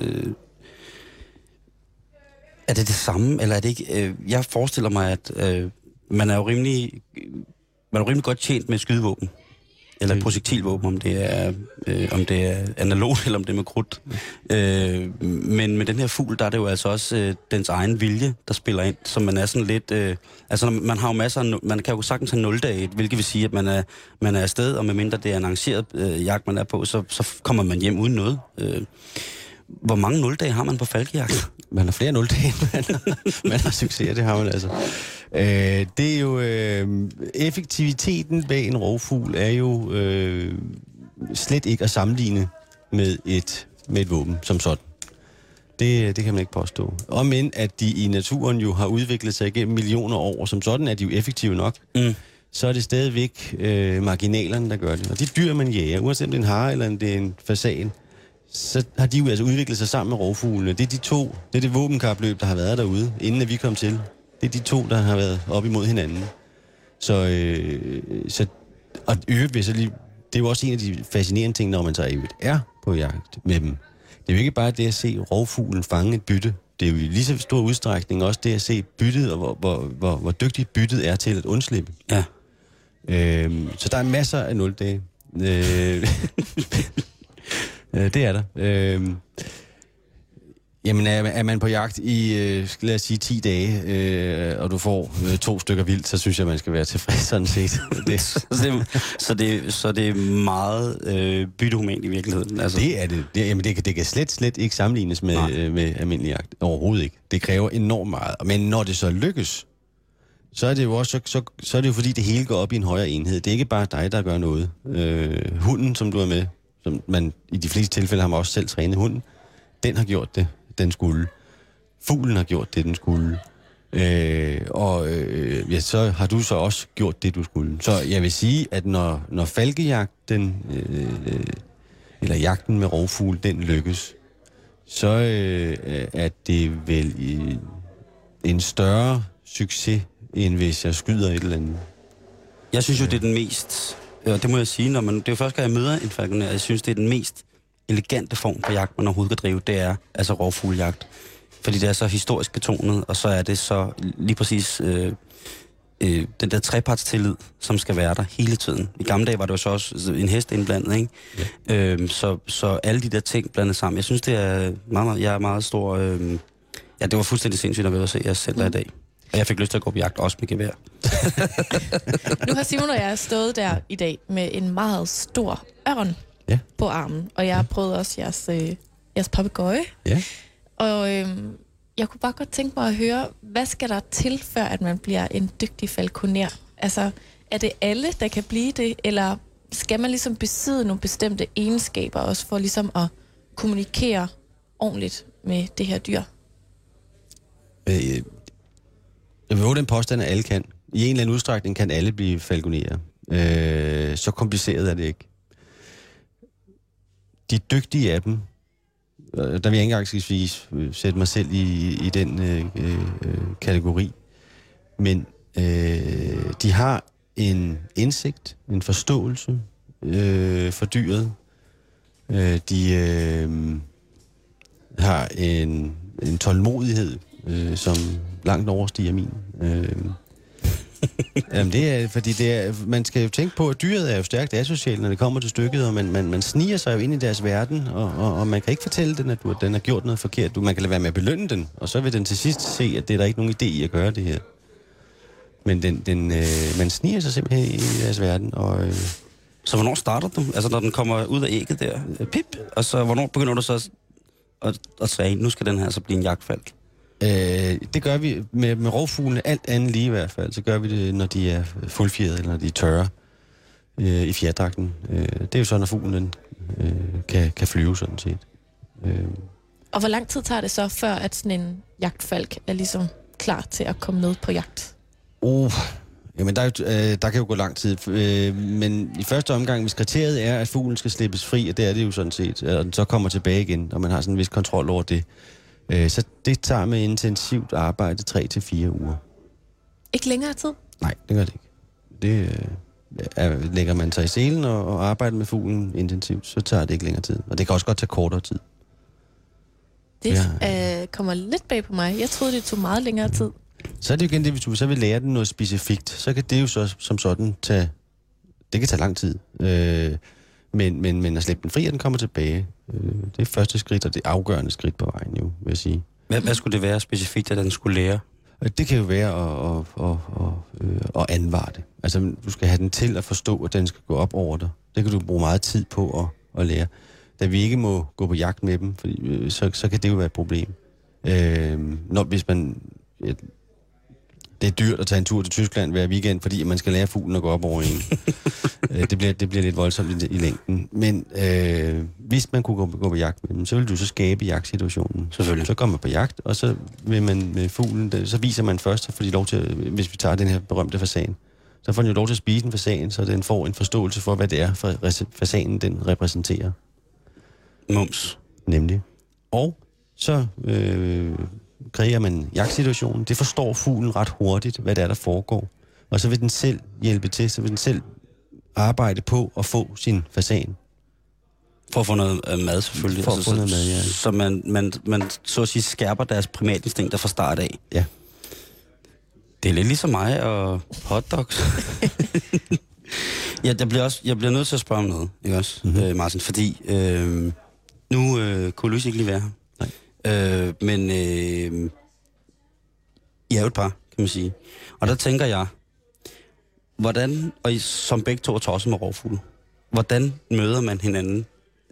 Er det samme, eller er det ikke... jeg forestiller mig, at man er jo rimelig godt tjent med skydevåben. Eller projektilvåben, om det er analogt, eller om det er med krudt. Men med den her fugl, der er det jo altså også dens egen vilje, der spiller ind, så man er sådan lidt... altså, man har jo man kan jo sagtens have 0 dage, hvilket vil sige, at man er afsted, og medmindre det er en arrangeret jagt, man er på, så kommer man hjem uden noget. Hvor mange 0 dage har man på falkejagt? Man har flere 0 dage, man har succes, det har man altså. Det er jo... effektiviteten bag en rovfugl er jo slet ikke at sammenligne med et våben som sådan. Det kan man ikke påstå. Om end at de i naturen jo har udviklet sig igennem millioner år, og som sådan er de jo effektive nok, så er det stadigvæk marginalerne, der gør det. Og de dyr, man jager, uanset om det er en hare eller om det er en fasan, så har de jo altså udviklet sig sammen med rovfuglene. Det er det våbenkapløb, der har været derude, inden at vi kom til. Det er de to, der har været op imod hinanden. Og øvrigt vil så lige... Det er jo også en af de fascinerende ting, når man så er på jagt med dem. Det er jo ikke bare det at se rovfuglen fange et bytte. Det er jo i lige så stor udstrækning også det at se byttet, og hvor dygtigt byttet er til at undslippe. Ja. Så der er masser af 0 dage. Det er der. Jamen, er man på jagt i, lad os sige, 10 dage, og du får 2 stykker vildt, så synes jeg, man skal være tilfreds sådan set. så det er meget byttehumant i virkeligheden. Altså. Det er det. Jamen, det kan slet ikke sammenlignes med almindelig jagt. Overhovedet ikke. Det kræver enormt meget. Men når det så lykkes, så er det jo også så er det jo fordi, det hele går op i en højere enhed. Det er ikke bare dig, der gør noget. Hunden, som du er med, som man i de fleste tilfælde har man også selv trænet hunden, den har gjort det, den skulle. Fuglen har gjort det, den skulle. Så har du så også gjort det, du skulle. Så jeg vil sige, at når falkejagten, eller jagten med rovfugl, den lykkes, så er det vel en større succes, end hvis jeg skyder et eller andet. Jeg synes jo, det er den mest, og det må jeg sige, det er jo første gang, jeg møder en falconer, jeg synes, det er den mest elegante form for jagt, man overhovedet kan drive, det er altså rovfuglejagt. Fordi det er så historisk betonet, og så er det så lige præcis den der trepartstillid, som skal være der hele tiden. I gamle dage var det jo så også en hest indblandet, ikke? Ja. Så alle de der ting blandet sammen. Jeg synes, det er meget, jeg er meget stor... det var fuldstændig sindssygt at være at se jeres center i dag. Og jeg fik lyst til at gå på jagt, også med gevær. Nu har Simon og jeg stået der i dag med en meget stor ørn på armen, og jeg har prøvet også jeres papegøje. Ja. Og jeg kunne bare godt tænke mig at høre, hvad skal der til, før at man bliver en dygtig falconer? Altså, er det alle, der kan blive det, eller skal man ligesom besidde nogle bestemte egenskaber også for ligesom at kommunikere ordentligt med det her dyr? Jeg vil håbe den påstand, at alle kan. I en eller anden udstrækning kan alle blive falconerer. Så kompliceret er det ikke. De dygtige af dem, der vil jeg ikke engang sætte mig selv i den kategori, men de har en indsigt, en forståelse for dyret. De har en tålmodighed, som langt overstiger min. Jamen det er, fordi man skal jo tænke på, at dyret er jo stærkt asocialt, når det kommer til stykket, og man sniger sig jo ind i deres verden, og man kan ikke fortælle den, at den har gjort noget forkert. Man kan lade være med at belønne den, og så vil den til sidst se, at det er der ikke nogen idé i at gøre det her. Men man sniger sig simpelthen i deres verden, og... Så hvornår starter du? Altså når den kommer ud af ægget der, pip, og så hvornår begynder du så at sige, nu skal den her så blive en jagtfalk? Det gør vi med rovfuglene, alt andet lige i hvert fald. Så gør vi det, når de er fuldfjerede, eller når de er tørre i fjerdragten. Det er jo så, når fuglen kan flyve sådan set. Og hvor lang tid tager det så, før at sådan en jagtfalk er ligesom klar til at komme med på jagt? Jamen der kan jo gå lang tid. Men i første omgang, hvis kriteriet er, at fuglen skal slippes fri, og det er det jo sådan set, og den så kommer tilbage igen, og man har sådan en vis kontrol over det, så det tager med intensivt arbejde 3 til 4 uger. Ikke længere tid? Nej, det gør det ikke. Lægger man sig i selen og arbejder med fuglen intensivt, så tager det ikke længere tid. Og det kan også godt tage kortere tid. Det kommer lidt bag på mig. Jeg troede, det tog meget længere tid. Så er det jo igen det, hvis du så vil lære den noget specifikt, så kan det jo så som sådan tage lang tid. Men at slippe den fri, og den kommer tilbage, det er første skridt, og det afgørende skridt på vejen, jo, vil jeg sige. Hvad skulle det være specifikt, at den skulle lære? Det kan jo være at anvare det. Altså, du skal have den til at forstå, at den skal gå op over dig. Det kan du bruge meget tid på at lære. Da vi ikke må gå på jagt med dem, fordi, så kan det jo være et problem. Hvis man... Det er dyrt at tage en tur til Tyskland hver weekend, fordi man skal lære fuglen at gå op over en. Det bliver lidt voldsomt i længden. Men hvis man kunne gå på jagt med dem, så vil du så skabe jagtsituationen. Selvfølgelig. Så kommer man på jagt, og så vil man med fuglen, så viser man først, fordi lov til, hvis vi tager den her berømte fasan, så får den jo lov til at spise en fasan, så den får en forståelse for, hvad det er for fasanen, den repræsenterer. Mums. Nemlig. Og så... kræver man jagtsituationen. Det forstår fuglen ret hurtigt, hvad det er, der foregår. Og så vil den selv hjælpe til, så vil den selv arbejde på at få sin fasan. For at få noget mad, selvfølgelig. For at få noget mad, ja. Så man så at sige skærper deres primatinstinkter fra start af. Ja. Det er lidt ligesom mig og hotdogs. Ja, jeg bliver nødt til at spørge om noget, ikke også, Martin? Fordi nu kunne Louise ikke lige være her. Men I er jo et par, kan man sige. Og der tænker jeg, hvordan, og I, som begge to er tosset med rovfugle, hvordan møder man hinanden?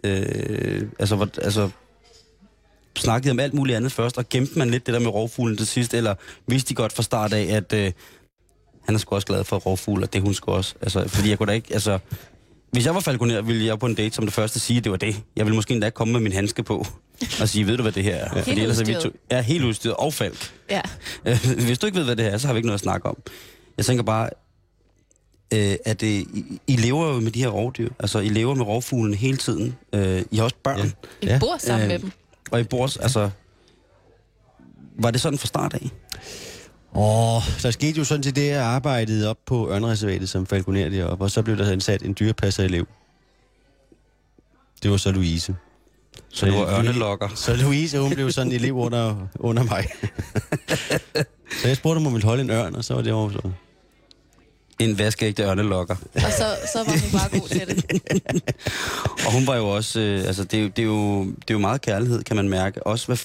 Snakkede om alt muligt andet først, og gemte man lidt det der med rovfuglen til sidst, eller vidste de godt fra start af, at han er sgu også glad for rovfugle, og det hun sgu også. Altså, fordi jeg kunne da ikke, altså... Hvis jeg var falconer, ville jeg på en date som det første sige, at det var det. Jeg ville måske endda komme med min handske på og sige, ved du hvad det her er? Helt udstyret. Helt udstyret og falk. Ja. Hvis du ikke ved, hvad det her er, så har vi ikke noget at snakke om. Jeg tænker bare, at I lever jo med de her rovdyr. Altså, I lever med rovfuglen hele tiden. I har også børn. I bor sammen med dem. Og I bor, altså... Var det sådan fra start af? Der skete jo sådan til det, jeg arbejdede op på Ørnereservatet som falconer deroppe, og så blev der ansat en dyrepasserelev. Det var så Louise. Så det var ørnelokker. Så Louise, hun blev sådan en elev under mig. Så jeg spurgte, om hun ville holde en ørn, og så var det over så. En vaskeægte ørnelokker. Og så var hun bare god til det. Og hun var jo også, det er jo meget kærlighed, kan man mærke. Også hvad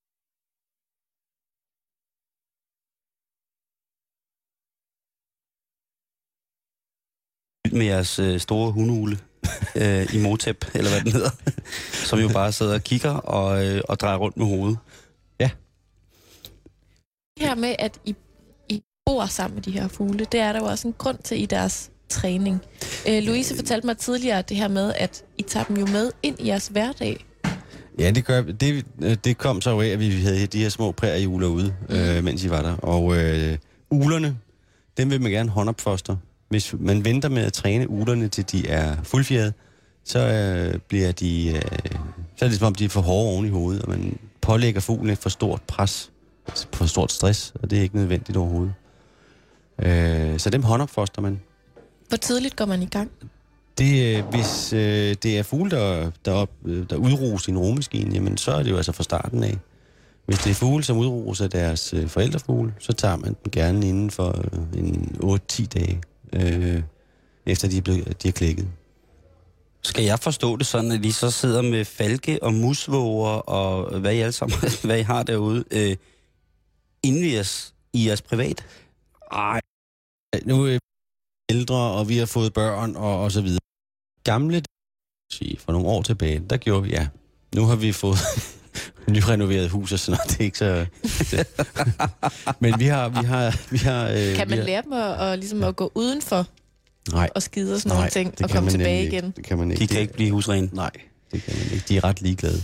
med jeres store hundehule i Motep, eller hvad den hedder, som jo bare sidder og kigger og drejer rundt med hovedet. Ja. Det her med, at I bor sammen med de her fugle, det er der jo også en grund til i deres træning. Louise fortalte mig tidligere det her med, at I tager dem jo med ind i jeres hverdag. Ja, det gør det kom så af, at vi havde de her små prærieugler ude, mens I var der. Og uglerne, dem vil man gerne håndopfostre. Hvis man venter med at træne uglerne, til de er fuldfjerede, så bliver de... så er det som om, de er for hårde oven i hovedet, og man pålægger fuglen et for stort pres, for stort stress, og det er ikke nødvendigt overhovedet. Så dem håndopfostrer man. Hvor tidligt går man i gang? Hvis det er fugle, der udruges i en rummaskine, jamen så er det jo altså fra starten af. Hvis det er fugle, som udruges af deres forældrefugle, så tager man den gerne inden for en 8-10 dage, efter de er klækket. Skal jeg forstå det sådan, at I så sidder med falke og musvåger og hvad I alle sammen, hvad I har derude, inden i jeres privat? Ej, nu er vi ældre, og vi har fået børn og så videre. Gamle, for nogle år tilbage, der gjorde vi, ja. Nu har vi fået nyrenoveret hus og sådan noget. Det er ikke så... Men vi har kan man lære dem at gå udenfor? Nej. Og skide og sådan nogle ting, og komme tilbage igen? Det kan man ikke. De kan ikke blive husrene? Nej, det kan man ikke. De er ret ligeglade.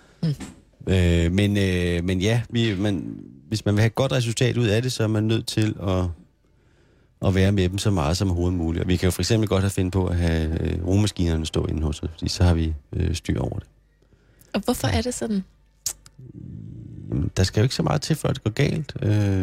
Men ja, hvis man vil have et godt resultat ud af det, så er man nødt til at være med dem så meget som overhovedet muligt. Og vi kan jo for eksempel godt have fundet på at have romaskinerne stå inde hos os, fordi så har vi styr over det. Og hvorfor er det sådan? Jamen, der skal jo ikke så meget til, før det går galt.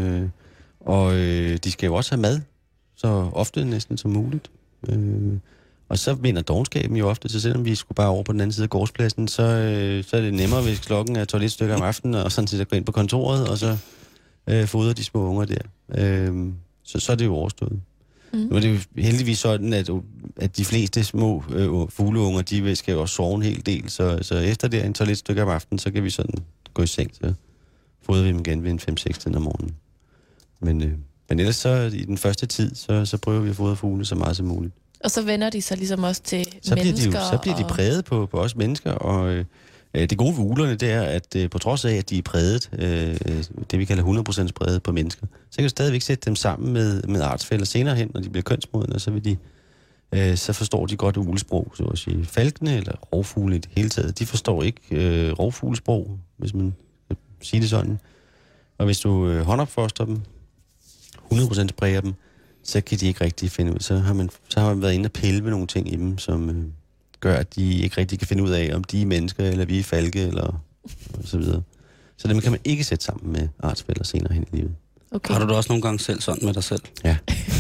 De skal jo også have mad, så ofte næsten som muligt. Og så vinder dovenskaben jo ofte, så selvom vi skulle bare over på den anden side af gårdspladsen, så er det nemmere, hvis klokken er toiletstykker om aftenen, og sådan set at gå ind på kontoret, og så fodre de små unger der. Så er det jo overstået. Nu er det jo heldigvis sådan, at de fleste små fugleunger, de skal jo også sove en hel del, så efter det en toiletstykke om aftenen, så kan vi sådan gå i seng, så fodrer vi dem igen ved en 5-6 om morgenen. Men ellers så i den første tid, så prøver vi at fodre fugle så meget som muligt. Og så vender de sig ligesom også til mennesker? Så bliver de præget på os mennesker, og det gode ved uglerne, det er, at på trods af, at de er præget, det vi kalder 100% præget på mennesker, så kan du stadigvæk sætte dem sammen med artsfæller senere hen, når de bliver kønsmodne, og så forstår de godt uglesprog, så at sige. Falkene eller rovfugle i det hele taget, de forstår ikke rovfuglesprog, hvis man kan sige det sådan. Og hvis du håndopfoster dem, 100% præger dem, så kan de ikke rigtig finde ud. Så har man været inde og pille med nogle ting i dem, som gør, at de ikke rigtig kan finde ud af, om de er mennesker, eller vi er falke, eller og så videre. Så dem kan man ikke sætte sammen med artsfæller senere hen i livet. Okay. Har du da også nogle gange selv sådan med dig selv? Ja.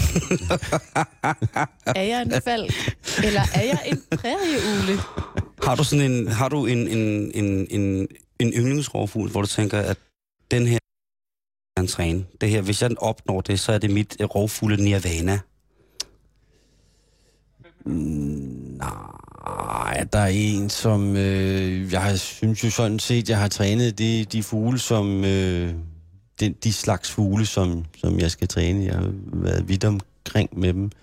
Er jeg en falk? Eller er jeg en prærieugle? Har du en yndlingsrovfugl, hvor du tænker, at den her er en træne? Det her, hvis jeg opnår det, så er det mit rovfugle nirvana. Nej, Nej, der er en, som synes jo sådan set, jeg har trænet de fugle, som de slags fugle, som jeg skal træne. Jeg har været vidt omkring med dem.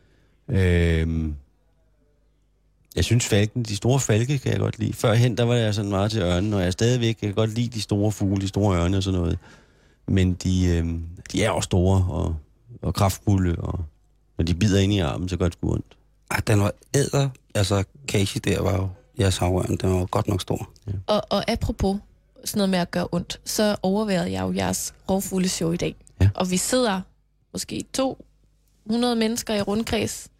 Jeg synes falken, de store falke kan jeg godt lide. Førhen, der var jeg sådan meget til ørnen, og jeg stadigvæk kan godt lide de store fugle, de store ørne og sådan noget. Men de er også store og kraftfulde, og når de bider ind i armen, så gør det sgu ondt. Ej, den var æder. Altså, Casey der var jo jeres havørn, den var godt nok stor. Ja. Og apropos sådan noget med at gøre ondt, så overværede jeg jo jeres rovfugleshow i dag. Ja. Og vi sidder måske 200 mennesker i rundkreds.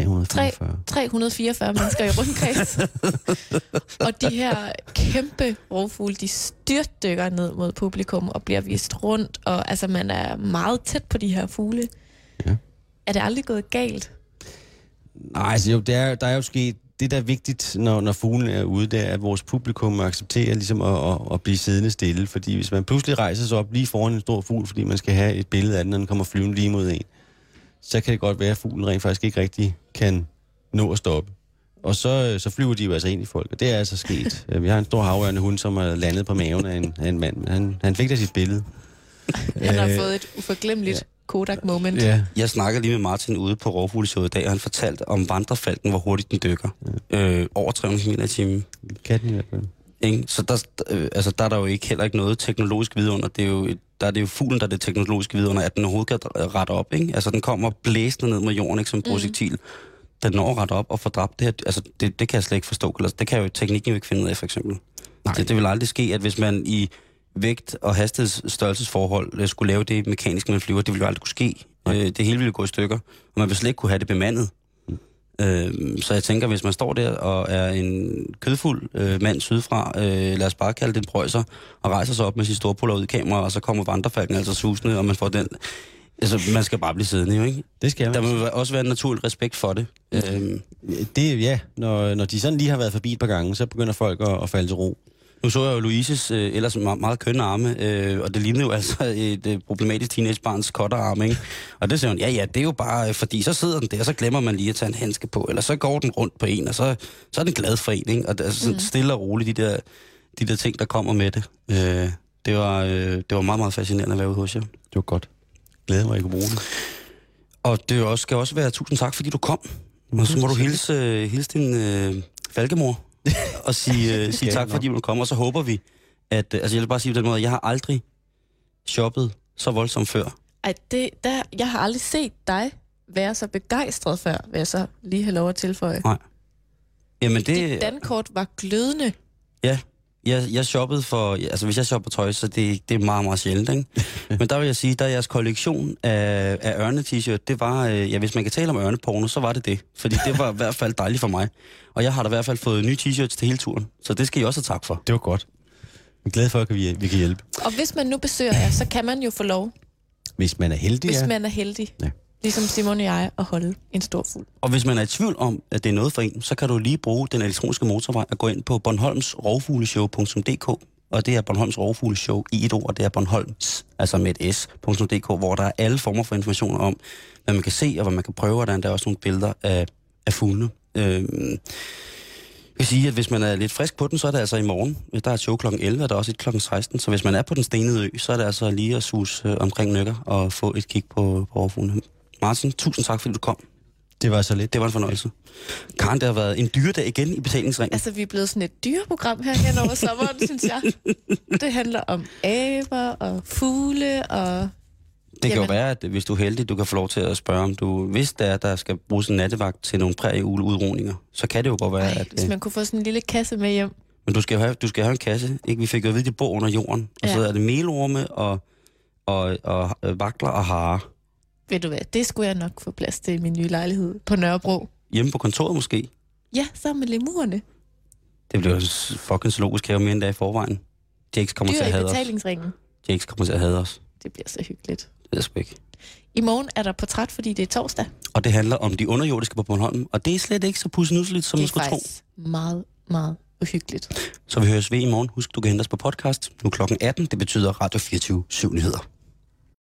344 mennesker i rundkreds. Og de her kæmpe rovfugle, de styrtdykker ned mod publikum og bliver vist rundt. Og altså, man er meget tæt på de her fugle. Ja. Er det aldrig gået galt? Nej, altså jo, der er jo sket... Det, der er vigtigt, når fuglen er ude, det er, at vores publikum accepterer ligesom at blive siddende stille. Fordi hvis man pludselig rejser sig op lige foran en stor fugl, fordi man skal have et billede af den, når den kommer flyvende lige mod en, så kan det godt være, at fuglen rent faktisk ikke rigtig kan nå at stoppe. Og så flyver de jo altså ind i folk, og det er altså sket. Vi har en stor havørne hund, som er landet på maven af en mand, men han fik da sit billede. Han har fået et uforglemmeligt Kodak-moment. Ja. Jeg snakkede lige med Martin ude på rovfugleshowet i dag, og han fortalte om vandrefalken, hvor hurtigt den dykker. Over 300 km i timen. Kan den i hvert fald. Så der er der jo heller ikke noget teknologisk vidunder. Der er det jo fuglen, der er det teknologiske vidunder, at den overhovedet kan rette op. Ikke? Altså, den kommer blæsende ned med jorden, ikke, som projektil. Den når rette op og får dræbt det her. Altså, det kan jeg slet ikke forstå. Det kan jo teknikken jo ikke finde ud af, for eksempel. Det vil aldrig ske, at hvis man i vægt- og hastighedsstørrelsesforhold skulle lave det mekanisk, man flyver, det ville jo aldrig kunne ske. Det hele ville gå i stykker, og man vil slet ikke kunne have det bemandet. Så jeg tænker, hvis man står der og er en kødfuld mand sydfra, lad os bare kalde det en prøjser, og rejser sig op med sit storpuller ud i kamera, og så kommer vandrefalken altså susende, og man får den... Altså, man skal bare blive siddende, jo, ikke? Det skal man. Der må også være en naturlig respekt for det. Når de sådan lige har været forbi et par gange, så begynder folk at falde til ro. Nu så jeg jo Louises ellers meget kønne arme, og det lignede jo altså et problematisk teenagebarns kotterarm, ikke? Og det siger hun, ja, det er jo bare, fordi så sidder den der, så glemmer man lige at tage en handske på, eller så går den rundt på en, og så er den glad for en, ikke? Og det er sådan stille og roligt, de der ting, der kommer med det. Det var meget, meget fascinerende at være ude hos jer. Det var godt. Glæder mig, at I kunne bruge det. Og det skal også være tusind tak, fordi du kom. Og så må du hilse din falkemor og sige tak, fordi du kom. Og så håber vi, at... Altså, jeg vil bare sige på den måde, jeg har aldrig shoppet så voldsomt før. Jeg har aldrig set dig være så begejstret før, vil jeg så lige have lov at tilføje. Nej. Jamen det... Dit dankort var glødende. Ja. Jeg shoppede for... Altså, hvis jeg shopper tøj, så det er meget, meget sjældent, ikke? Men der vil jeg sige, der jeres kollektion af ørne-t-shirt, det var... hvis man kan tale om ørneporno, så var det. Fordi det var i hvert fald dejligt for mig. Og jeg har da i hvert fald fået nye t-shirts til hele turen. Så det skal I også have tak for. Det var godt. Jeg er glad for, at vi kan hjælpe. Og hvis man nu besøger jer, så kan man jo få lov. Hvis man er heldig, Hvis man er heldig. Ja. Ligesom Simon og jeg, at holde en stor fugl. Og hvis man er i tvivl om, at det er noget for en, så kan du lige bruge den elektroniske motorvej og gå ind på bornholmsrovfugleshow.dk. Og det er Bornholms Rovfugleshow i et ord, og det er Bornholms, altså med et s.dk, hvor der er alle former for informationer om, hvad man kan se og hvad man kan prøve, og der er også nogle billeder af fuglene. Jeg vil sige, at hvis man er lidt frisk på den, så er det altså i morgen. Der er et show kl. 11, og der er også et kl. 16. Så hvis man er på den stenede ø, så er det altså lige at suse omkring Nøkker og få et kig på rovfuglene. Martin, tusind tak, fordi du kom. Det var så lidt. Det var en fornøjelse. Karen, det har været en dyredag igen i betalingsringen. Altså, vi er blevet sådan et dyreprogram her hen over sommeren, synes jeg. Det handler om aber og fugle og... Det kan jo være, at hvis du er heldig, du kan få lov til at spørge, om du... Hvis der skal bruges en nattevagt til nogle prærieugleudrugninger, så kan det jo godt være, at... Hvis man kunne få sådan en lille kasse med hjem. Men du skal have en kasse, ikke? Vi fik jo at vide, at de bor under jorden. Og så er det melorme og vakler og harer. Ved du hvad, det skulle jeg nok få plads til i min nye lejlighed på Nørrebro. Hjemme på kontoret måske? Ja, sammen med lemurerne. Det bliver jo fucking zoologisk have mere end dag i forvejen. Jakes kommer til at hade os. Dyr i betalingsringen. Jakes kommer til at hade os. Det bliver så hyggeligt. Det er sgu ikke. I morgen er der portræt, fordi det er torsdag. Og det handler om de underjordiske på Bornholm. Og det er slet ikke så pussenusseligt, som man skulle tro. Det er faktisk meget, meget uhyggeligt. Så vi høres ved i morgen. Husk, du kan hente os på podcast. Nu klokken 18. Det betyder Radio 24 7 nyheder.